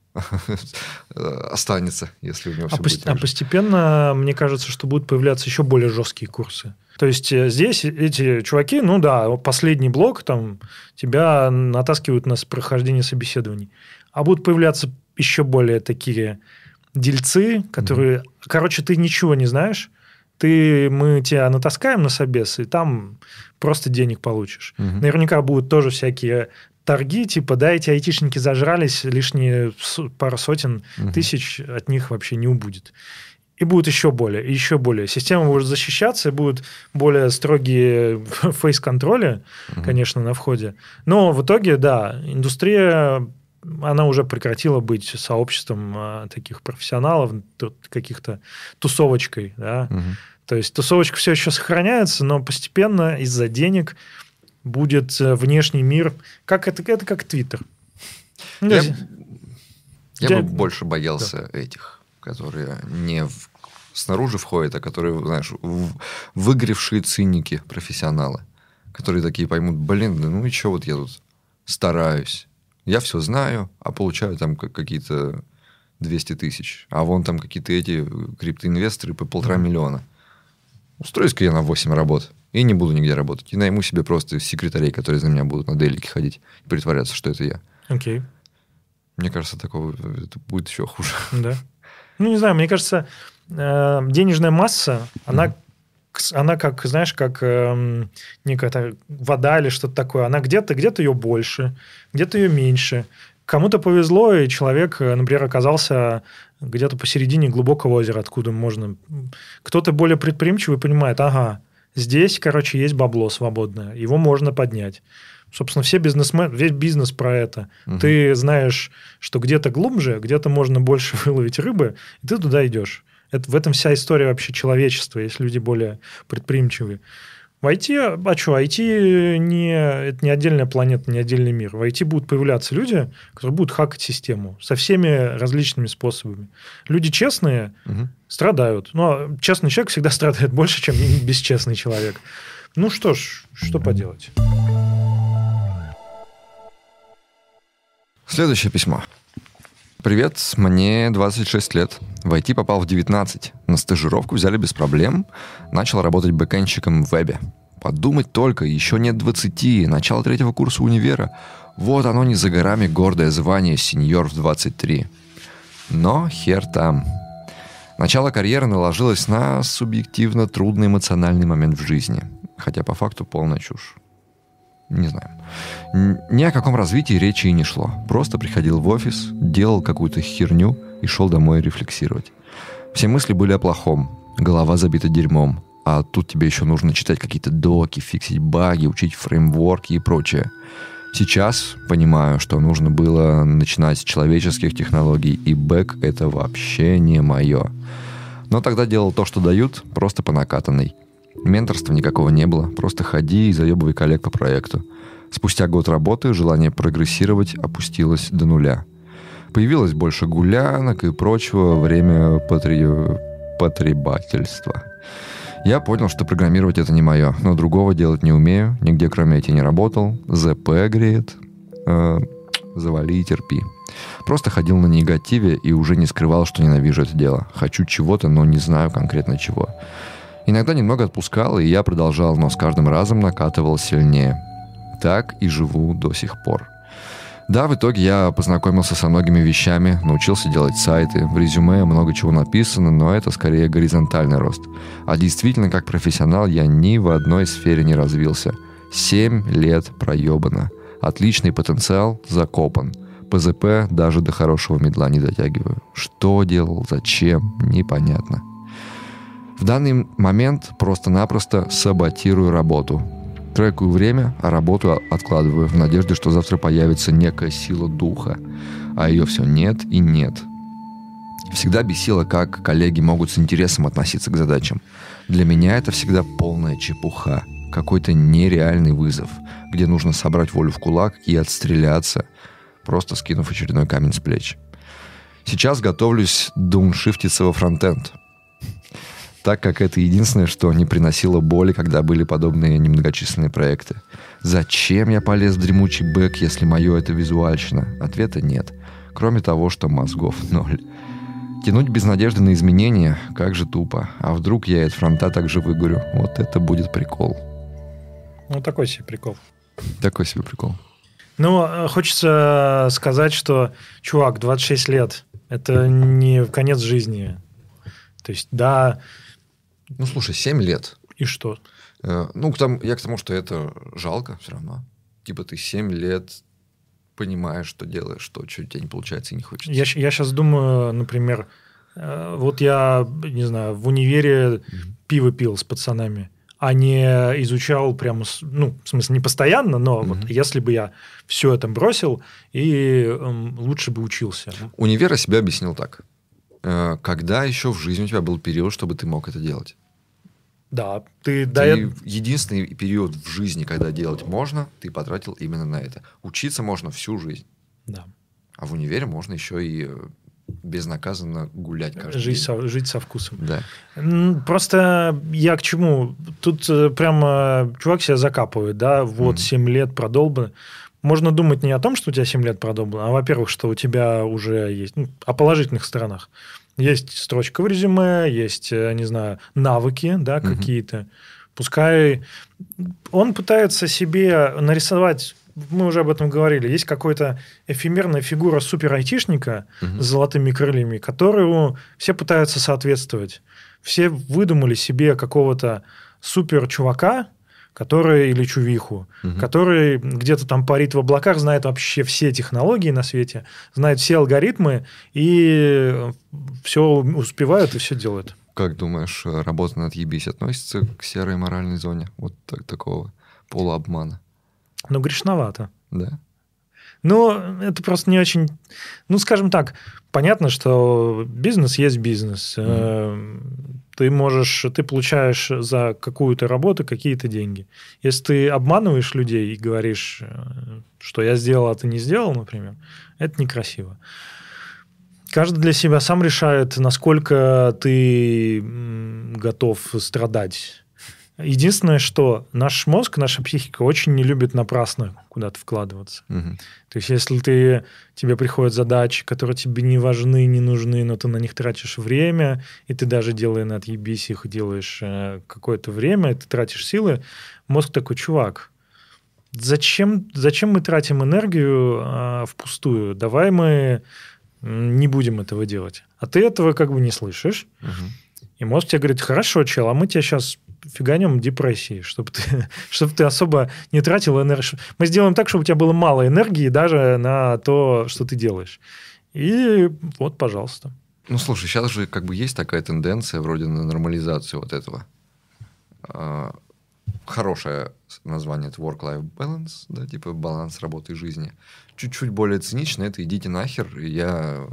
останется, если у него все а будет. А постепенно, мне кажется, что будут появляться еще более жесткие курсы. То есть здесь эти чуваки, ну да, последний блок, там, тебя натаскивают на прохождение собеседований. А будут появляться еще более такие дельцы, которые... Mm-hmm. Короче, ты ничего не знаешь, ты, мы тебя натаскаем на собес, и там просто денег получишь. Mm-hmm. Наверняка будут тоже всякие... торги, типа, да, эти айтишники зажрались, лишние пару сотен угу. тысяч от них вообще не убудет. И будет еще более, и еще более. Система будет защищаться, и будут более строгие фейс-контроли, угу. конечно, на входе. Но в итоге, да, индустрия, она уже прекратила быть сообществом а, таких профессионалов, каких-то тусовочкой, да. Угу. То есть тусовочка все еще сохраняется, но постепенно из-за денег... будет внешний мир, как это, это как Твиттер. Я, я, я бы больше боялся да. этих, которые не в, снаружи входят, а которые, знаешь, в, выгоревшие циники, профессионалы, которые такие поймут, блин, да ну и что вот я тут стараюсь, я все знаю, а получаю там какие-то двести тысяч, а вон там какие-то эти криптоинвесторы по полтора mm-hmm. миллиона. Устроюсь-ка я на восемь работ. И не буду нигде работать. И найму себе просто секретарей, которые за меня будут на делике ходить и притворяться, что это я. Окей. Okay. Мне кажется, такого это будет еще хуже. Да. Ну, не знаю, мне кажется, денежная масса, она, mm-hmm. она как, знаешь, как э, некая вода или что-то такое. Она где-то, где-то ее больше, где-то ее меньше. Кому-то повезло, и человек, например, оказался где-то посередине глубокого озера, откуда можно... Кто-то более предприимчивый понимает, ага, здесь, короче, есть бабло свободное, его можно поднять. Собственно, все бизнесмены, весь бизнес про это. Угу. Ты знаешь, что где-то глубже, где-то можно больше выловить рыбы, и ты туда идешь. Это, в этом вся история вообще человечества, есть люди более предприимчивые. В ай ти, а что, ай ти не, это не отдельная планета, не отдельный мир. В ай ти будут появляться люди, которые будут хакать систему со всеми различными способами. Люди честные угу. страдают. Но честный человек всегда страдает больше, чем бесчестный человек. Ну что ж, что поделать. Следующее письмо. Привет, мне двадцать шесть лет. В ай ти попал в девятнадцать. На стажировку взяли без проблем. Начал работать бэкэндщиком в вебе. Подумать только, еще нет двадцати, начало третьего курса универа. Вот оно не за горами гордое звание сеньор в двадцать три. Но хер там. Начало карьеры наложилось на субъективно трудный эмоциональный момент в жизни. Хотя по факту полная чушь. Не знаю. Ни о каком развитии речи и не шло. Просто приходил в офис, делал какую-то херню и шел домой рефлексировать. Все мысли были о плохом. Голова забита дерьмом. А тут тебе еще нужно читать какие-то доки, фиксить баги, учить фреймворки и прочее. Сейчас понимаю, что нужно было начинать с человеческих технологий, и бэк — это вообще не мое. Но тогда делал то, что дают, просто по накатанной. Менторства никакого не было, просто ходи и заебывай коллег по проекту. Спустя год работы желание прогрессировать опустилось до нуля. Появилось больше гулянок и прочего, время потри... потребательства. Я понял, что программировать это не мое, но другого делать не умею, нигде кроме ай ти не работал, ЗП греет, э, завали и терпи. Просто ходил на негативе и уже не скрывал, что ненавижу это дело. Хочу чего-то, но не знаю конкретно чего. Иногда немного отпускал, и я продолжал, но с каждым разом накатывал сильнее. Так и живу до сих пор. Да, в итоге я познакомился со многими вещами, научился делать сайты, в резюме много чего написано, но это скорее горизонтальный рост. А действительно, как профессионал, я ни в одной сфере не развился. Семь лет проебано. Отличный потенциал закопан. ПЗП даже до хорошего медла не дотягиваю. Что делал, зачем, непонятно. В данный момент просто-напросто саботирую работу. Трекаю время, а работу откладываю в надежде, что завтра появится некая сила духа. А ее все нет и нет. Всегда бесило, как коллеги могут с интересом относиться к задачам. Для меня это всегда полная чепуха. Какой-то нереальный вызов, где нужно собрать волю в кулак и отстреляться, просто скинув очередной камень с плеч. Сейчас готовлюсь дауншифтиться во фронтенд, так как это единственное, что не приносило боли, когда были подобные немногочисленные проекты. Зачем я полез в дремучий бэк, если мое это визуальщина? Ответа нет. Кроме того, что мозгов ноль. Тянуть без надежды на изменения, как же тупо. А вдруг я от фронта так же выгорю? Вот это будет прикол. Ну, такой себе прикол. Такой себе прикол. Ну, хочется сказать, что, чувак, двадцать шесть лет – это не конец жизни. То есть, да... Ну, слушай, семь лет. И что? Э, ну, к тому, я к тому, что это жалко все равно. Типа ты семь лет понимаешь, что делаешь, что, что у тебя не получается и не хочется. Я, я сейчас думаю, например, э, вот я, не знаю, в универе mm-hmm. пиво пил с пацанами, а не изучал прямо, ну, в смысле, не постоянно, но mm-hmm. вот если бы я все это бросил, и э, лучше бы учился. Универ себя объяснил так. Э, когда еще в жизни у тебя был период, чтобы ты мог это делать? Да, ты... ты да, я... Единственный период в жизни, когда делать можно, ты потратил именно на это. Учиться можно всю жизнь. Да. А в универе можно еще и безнаказанно гулять каждый жить день. Со, жить со вкусом. Да. Просто я к чему? Тут прямо чувак себя закапывает, да, вот mm-hmm. семь лет продолбано. Можно думать не о том, что у тебя семь лет продолбано, а, во-первых, что у тебя уже есть... Ну, о положительных сторонах. Есть строчка в резюме, есть, не знаю, навыки, да, mm-hmm. какие-то. Пускай он пытается себе нарисовать... Мы уже об этом говорили. Есть какая-то эфемерная фигура супер-айтишника uh-huh. с золотыми крыльями, которому все пытаются соответствовать. Все выдумали себе какого-то супер-чувака, который, или чувиху, uh-huh. который где-то там парит в облаках, знает вообще все технологии на свете, знает все алгоритмы, и все успевают и все делают. Как думаешь, работа над ебись относится к серой моральной зоне? Вот так, такого полуобмана? Ну, грешновато. Да. Ну, это просто не очень... Ну, скажем так, понятно, что бизнес есть бизнес. Mm-hmm. Ты можешь... Ты получаешь за какую-то работу какие-то деньги. Если ты обманываешь людей и говоришь, что я сделал, а ты не сделал, например, это некрасиво. Каждый для себя сам решает, насколько ты готов страдать. Единственное, что наш мозг, наша психика очень не любит напрасно куда-то вкладываться. Угу. То есть, если ты, тебе приходят задачи, которые тебе не важны, не нужны, но ты на них тратишь время, и ты даже делая на отъебись их, делаешь э, какое-то время, и ты тратишь силы, мозг такой: чувак, зачем, зачем мы тратим энергию э, впустую? Давай мы не будем этого делать. А ты этого как бы не слышишь. Угу. И мозг тебе говорит: хорошо, чел, а мы тебя сейчас фиганем депрессии, чтобы ты, чтобы ты особо не тратил энергию. Мы сделаем так, чтобы у тебя было мало энергии даже на то, что ты делаешь. И вот, пожалуйста. Ну, слушай, сейчас же как бы есть такая тенденция вроде на нормализацию вот этого. Хорошее название — это work-life balance, да, типа баланс работы и жизни. Чуть-чуть более цинично — это идите нахер, я...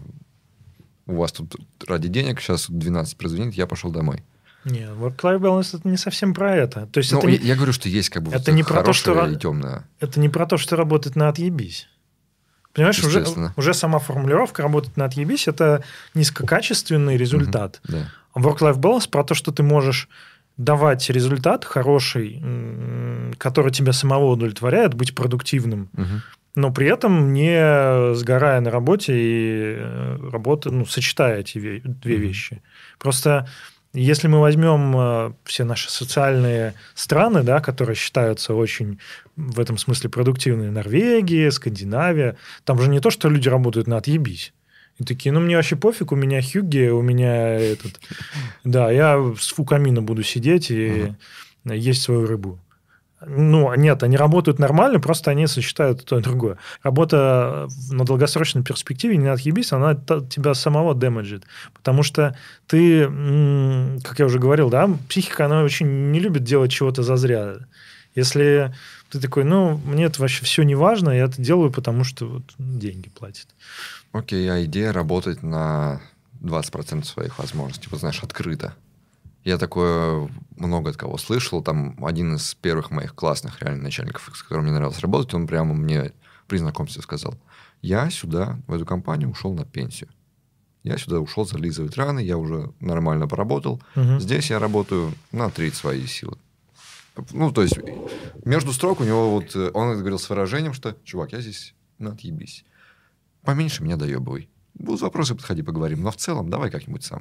у вас тут ради денег, сейчас двенадцать прозвонит, я пошел домой. Нет, work-life balance — это не совсем про это. То есть ну, это я, не... я говорю, что есть как бы это не про то, что и темное. Это не про то, что работать на отъебись. Понимаешь, уже, уже сама формулировка «работать на отъебись» — это низкокачественный результат. Mm-hmm, да. А work-life balance про то, что ты можешь давать результат хороший, который тебя самого удовлетворяет, быть продуктивным, Mm-hmm. но при этом не сгорая на работе и работа, ну, сочетая эти две mm-hmm. вещи. Просто если мы возьмем все наши социальные страны, да, которые считаются очень в этом смысле продуктивными, Норвегия, Скандинавия, там же не то, что люди работают на отъебись. И такие: ну, мне вообще пофиг, у меня хюгге, у меня этот... Да, я у камина буду сидеть и uh-huh. есть свою рыбу. Ну, нет, они работают нормально, просто они сочетают то и другое. Работа на долгосрочной перспективе, не отъебись, она тебя самого демеджит. Потому что ты, как я уже говорил, да, психика, она очень не любит делать чего-то зазря. Если ты такой: ну, мне это вообще все не важно, я это делаю, потому что вот деньги платят. Окей, а идея работать на двадцать процентов своих возможностей, вот знаешь, открыто. Я такое много от кого слышал. Там один из первых моих классных реально начальников, с которым мне нравилось работать, он прямо мне при знакомстве сказал: я сюда, в эту компанию, ушел на пенсию. Я сюда ушел зализывать раны, я уже нормально поработал. Угу. Здесь я работаю на треть своей силы. Ну, то есть, между строк у него вот... Он говорил с выражением, что: чувак, я здесь на отъебись. Поменьше меня доебывай. Будут вопросы, подходи, поговорим. Но в целом давай как-нибудь сам.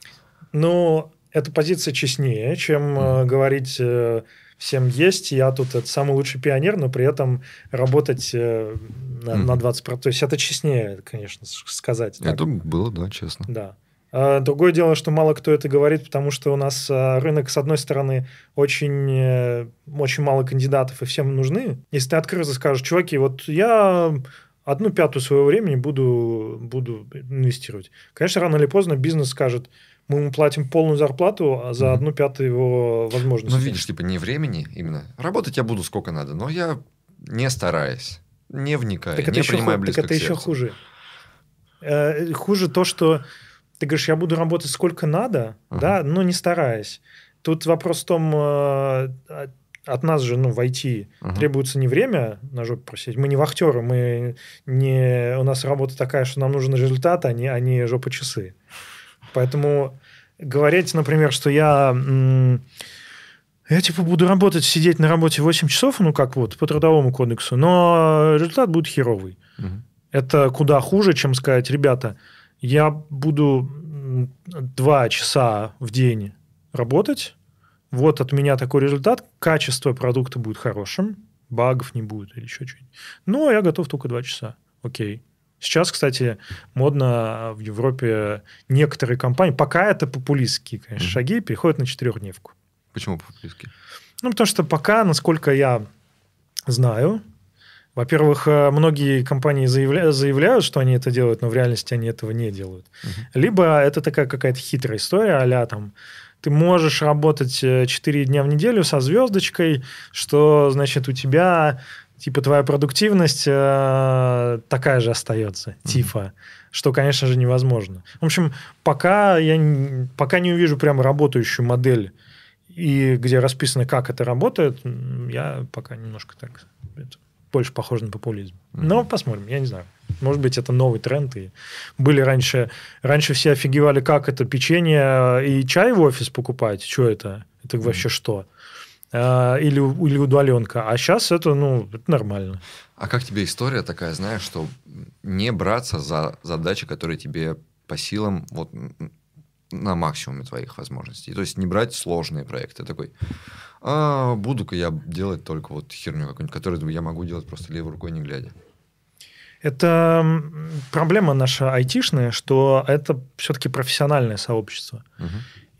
Ну... Эта позиция честнее, чем mm. э, говорить э, всем есть, я тут это самый лучший пионер, но при этом работать э, на, mm. на двадцать процентов. То есть это честнее, конечно, сказать. Это так. было, да, честно. Да. А другое дело, что мало кто это говорит, потому что у нас а, рынок, с одной стороны, очень, э, очень мало кандидатов, и всем нужны. Если ты открыто скажешь: чуваки, вот я... одну пятую своего времени буду, буду инвестировать. Конечно, рано или поздно бизнес скажет: мы ему платим полную зарплату, а за mm-hmm. одну пятую его возможности. Ну, видишь, типа не времени именно. Работать я буду сколько надо, но я не стараюсь, не вникаю, так не принимаю ху- близко Так это к сердцу. еще хуже. Э, хуже то, что ты говоришь: я буду работать сколько надо, uh-huh. да, но не стараясь. Тут вопрос в том... Э, от нас же, ну, в ай ти uh-huh. требуется не время на жопе просидеть. Мы не вахтеры, мы не... у нас работа такая, что нам нужен результат, а не, а не жопа-часы. Поэтому говорить, например, что я, я типа буду работать, сидеть на работе восемь часов, ну как вот, по трудовому кодексу, но результат будет херовый. Угу. Это куда хуже, чем сказать: ребята, я буду два часа в день работать, вот от меня такой результат, качество продукта будет хорошим, багов не будет или еще что-нибудь. Но я готов только два часа. Окей. Сейчас, кстати, модно в Европе некоторые компании, пока это популистские, конечно, mm-hmm. шаги, переходят на четырехдневку. Почему популистские? Ну, потому что пока, насколько я знаю, во-первых, многие компании заявля... заявляют, что они это делают, но в реальности они этого не делают. Mm-hmm. Либо это такая какая-то хитрая история, а-ля там... Ты можешь работать четыре дня в неделю со звездочкой, что, значит, у тебя... Типа твоя продуктивность э, такая же остается, mm-hmm. типа, что, конечно же, невозможно. В общем, пока я пока не увижу прямо работающую модель, и где расписано, как это работает, я пока немножко так, это больше похож на популизм. Mm-hmm. Но посмотрим, я не знаю. Может быть, это новый тренд. И были раньше... Раньше все офигевали, как это печенье и чай в офис покупать. Что это? Это mm-hmm. вообще что? или, или удаленка. А сейчас это, ну, это нормально. А как тебе история такая, знаешь, что не браться за задачи, которые тебе по силам вот, на максимуме твоих возможностей? То есть не брать сложные проекты. Такой, а, буду-ка я делать только вот херню какую-нибудь, которую я могу делать просто левой рукой не глядя. Это проблема наша айтишная, что это все-таки профессиональное сообщество. Угу.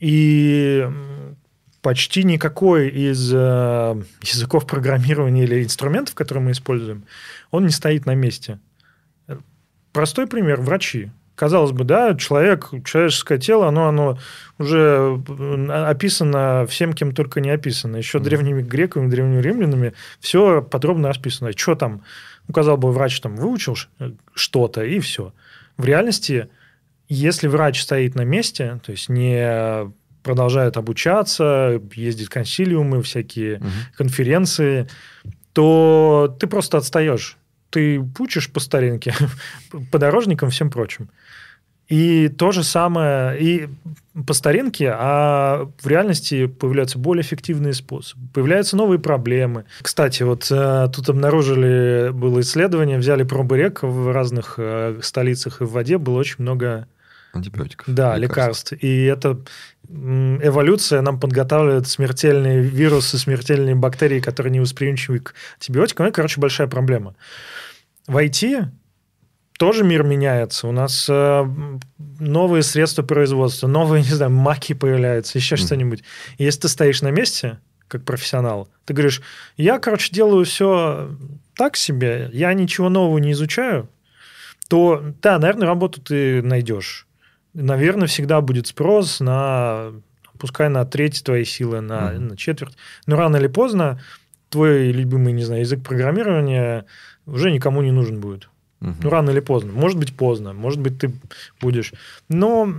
И почти никакой из э, языков программирования или инструментов, которые мы используем, он не стоит на месте. Простой пример – врачи. Казалось бы, да, человек, человеческое тело, оно, оно уже описано всем, кем только не описано. Еще mm-hmm. древними греками, древними римлянами все подробно расписано. Что там, ну, казалось бы, врач там выучил что-то, и все. В реальности, если врач стоит на месте, то есть не продолжает обучаться, ездит в консилиумы, всякие угу. конференции, то ты просто отстаешь. Ты пучишь по старинке, по дорожникам, всем прочим. И то же самое и по старинке, а в реальности появляются более эффективные способы, появляются новые проблемы. Кстати, вот тут обнаружили, было исследование, взяли пробы рек в разных столицах, и в воде было очень много... антибиотиков. Да, лекарств. лекарств. И эта эволюция нам подготавливает смертельные вирусы, смертельные бактерии, которые не восприимчивы к антибиотикам. Это, короче, большая проблема. В ай ти тоже мир меняется. У нас новые средства производства, новые, не знаю, маки появляются, еще mm. что-нибудь. И если ты стоишь на месте, как профессионал, ты говоришь, я, короче, делаю все так себе, я ничего нового не изучаю, то, да, наверное, работу ты найдешь. Наверное, всегда будет спрос на, пускай на треть твоей силы, на, mm-hmm. на четверть. Но рано или поздно твой любимый, не знаю, язык программирования уже никому не нужен будет. Mm-hmm. Ну, рано или поздно. Может быть, поздно. Может быть, ты будешь. Но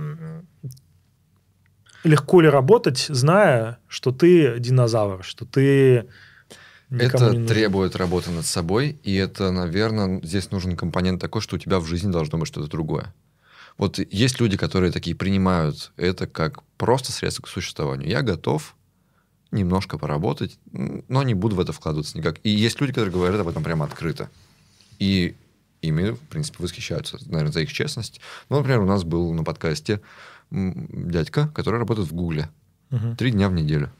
легко ли работать, зная, что ты динозавр, что ты... Это требует работы над собой, и это, наверное, здесь нужен компонент такой, что у тебя в жизни должно быть что-то другое. Вот есть люди, которые такие принимают это как просто средство к существованию. Я готов немножко поработать, но не буду в это вкладываться никак. И есть люди, которые говорят об этом прямо открыто. И ими, в принципе, восхищаются, наверное, за их честность. Ну, например, у нас был на подкасте дядька, который работает в Гугле. Угу. Три дня в неделю.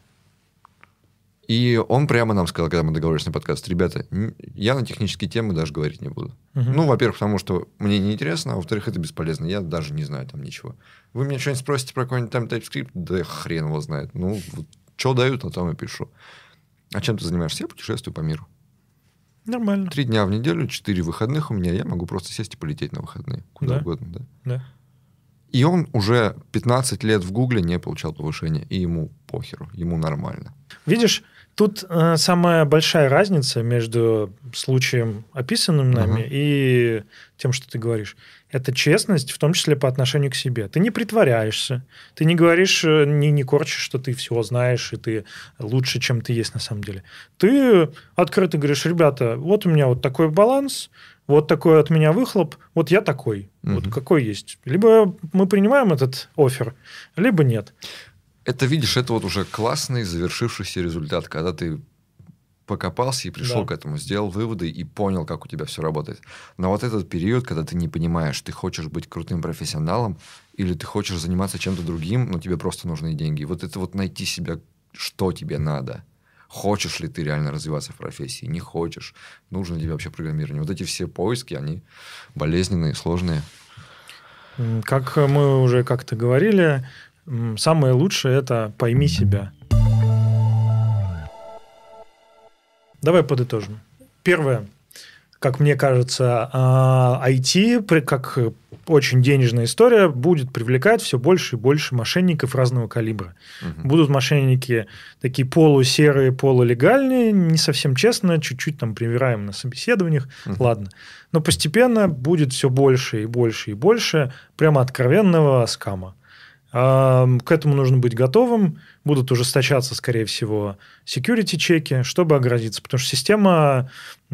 И он прямо нам сказал, когда мы договорились на подкаст, ребята, я на технические темы даже говорить не буду. Uh-huh. Ну, во-первых, потому что мне неинтересно, а во-вторых, это бесполезно. Я даже не знаю там ничего. Вы меня что-нибудь спросите про какой-нибудь там TypeScript? Да хрен его знает. Ну, вот, что дают, на том и пишу. А чем ты занимаешься? Я путешествую по миру. Нормально. Три дня в неделю, четыре выходных у меня. Я могу просто сесть и полететь на выходные. Куда да. угодно. Да. Да. И он уже пятнадцать лет в Гугле не получал повышения. И ему похеру. Ему нормально. Видишь, тут э, самая большая разница между случаем, описанным нами, uh-huh. и тем, что ты говоришь. Это честность, в том числе по отношению к себе. Ты не притворяешься, ты не говоришь, не, не корчишь, что ты все знаешь, и ты лучше, чем ты есть на самом деле. Ты открыто говоришь, ребята, вот у меня вот такой баланс, вот такой от меня выхлоп, вот я такой, uh-huh. вот какой есть. Либо мы принимаем этот оффер, либо нет. Это, видишь, это вот уже классный завершившийся результат, когда ты покопался и пришел да. к этому, сделал выводы и понял, как у тебя все работает. Но вот этот период, когда ты не понимаешь, ты хочешь быть крутым профессионалом или ты хочешь заниматься чем-то другим, но тебе просто нужны деньги. Вот это вот найти себя, что тебе надо. Хочешь ли ты реально развиваться в профессии, не хочешь, нужно ли тебе вообще программирование. Вот эти все поиски, они болезненные, сложные. Как мы уже как-то говорили, самое лучшее – это пойми себя. Давай подытожим. Первое. Как мне кажется, ай ти, как очень денежная история, будет привлекать все больше и больше мошенников разного калибра. Угу. Будут мошенники такие полусерые, полулегальные, не совсем честно, чуть-чуть там привираем на собеседованиях. Угу. Ладно. Но постепенно будет все больше и больше и больше прямо откровенного скама. К этому нужно быть готовым. Будут ужесточаться, скорее всего, security-чеки, чтобы оградиться. Потому что система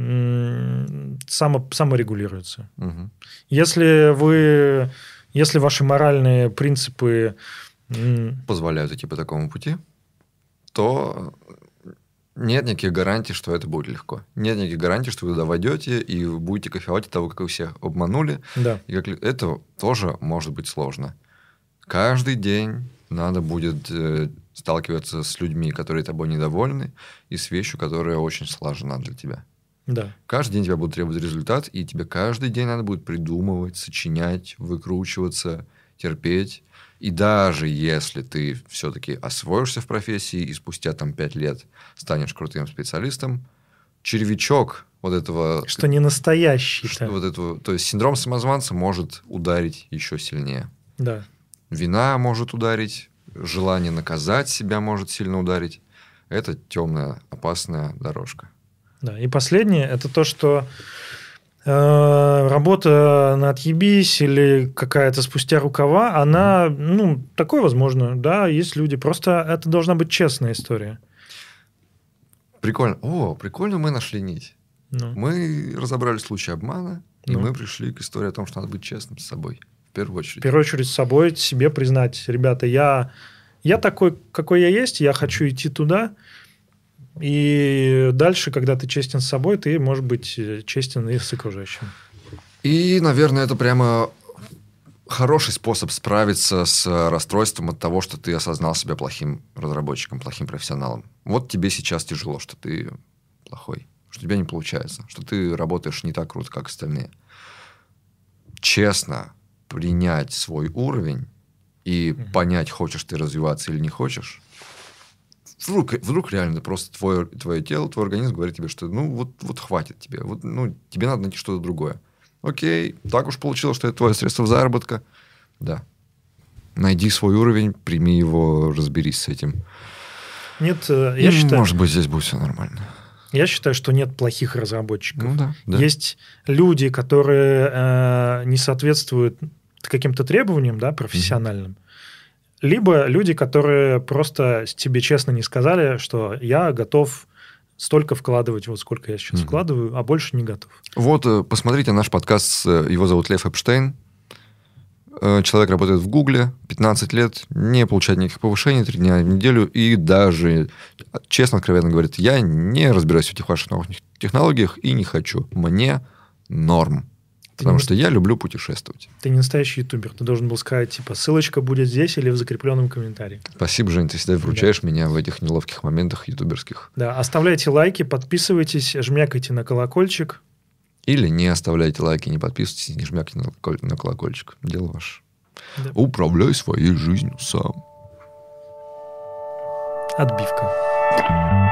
само, саморегулируется. Угу. Если вы, если ваши моральные принципы позволяют идти по такому пути, то Нет никаких гарантий, что это будет легко. Нет никаких гарантий, что вы туда войдете, и вы будете кайфовать от того, как вы всех обманули. Да. И как... Это тоже может быть сложно. Каждый день надо будет э, сталкиваться с людьми, которые тобой недовольны, и с вещью, которая очень сложна для тебя. Да. Каждый день тебя будут требовать результат, и тебе каждый день надо будет придумывать, сочинять, выкручиваться, терпеть. И даже если ты все-таки освоишься в профессии и спустя там пять лет станешь крутым специалистом, червячок вот этого... Что не настоящий. Что вот этого, то есть синдром самозванца может ударить еще сильнее. Да. Вина может ударить, желание наказать себя может сильно ударить. Это темная, опасная дорожка. Да. И последнее, это то, что э, работа на отъебись или какая-то спустя рукава, она, ну, такое возможно, да, есть люди. Просто это должна быть честная история. Прикольно. О, прикольно, мы нашли нить. Ну. Мы разобрали случай обмана, Ну. и мы пришли к истории о том, что надо быть честным с собой. В первую очередь. В первую очередь с собой, себе признать, ребята, я, я такой, какой я есть, я хочу идти туда. И дальше, когда ты честен с собой, ты, может быть, честен и с окружающим. И, наверное, это прямо хороший способ справиться с расстройством от того, что ты осознал себя плохим разработчиком, плохим профессионалом. Вот тебе сейчас тяжело, что ты плохой, что у тебя не получается, что ты работаешь не так круто, как остальные. Честно принять свой уровень и mm-hmm. понять, хочешь ты развиваться или не хочешь. Вдруг, вдруг реально просто твое, твое тело, твой организм говорит тебе, что ну вот, вот хватит тебе, вот, ну, тебе надо найти что-то другое. Окей, так уж получилось, что это твое средство заработка. Да. Найди свой уровень, прими его, разберись с этим. Нет, я и, считаю... Может быть, здесь будет все нормально. Я считаю, что нет плохих разработчиков. Ну, да, да. Есть люди, которые э, не соответствуют каким-то требованиям, да, профессиональным. Mm-hmm. Либо люди, которые просто тебе честно не сказали, что я готов столько вкладывать, вот сколько я сейчас mm-hmm. вкладываю, а больше не готов. Вот, посмотрите наш подкаст, его зовут Лев Эпштейн. Человек работает в Гугле, пятнадцать лет, не получает никаких повышений, три дня в неделю, и даже, честно, откровенно говорит, я не разбираюсь в этих ваших новых технологиях и не хочу. Мне норм. Ты потому не... что я люблю путешествовать. Ты не настоящий ютубер. Ты должен был сказать, типа, ссылочка будет здесь или в закрепленном комментарии. Спасибо, Жень, ты всегда вручаешь да. меня в этих неловких моментах ютуберских. Да, оставляйте лайки, подписывайтесь, жмякайте на колокольчик. Или не оставляйте лайки, не подписывайтесь, не жмякайте на колокольчик. Дело ваше. Да. Управляй своей жизнью сам. Отбивка.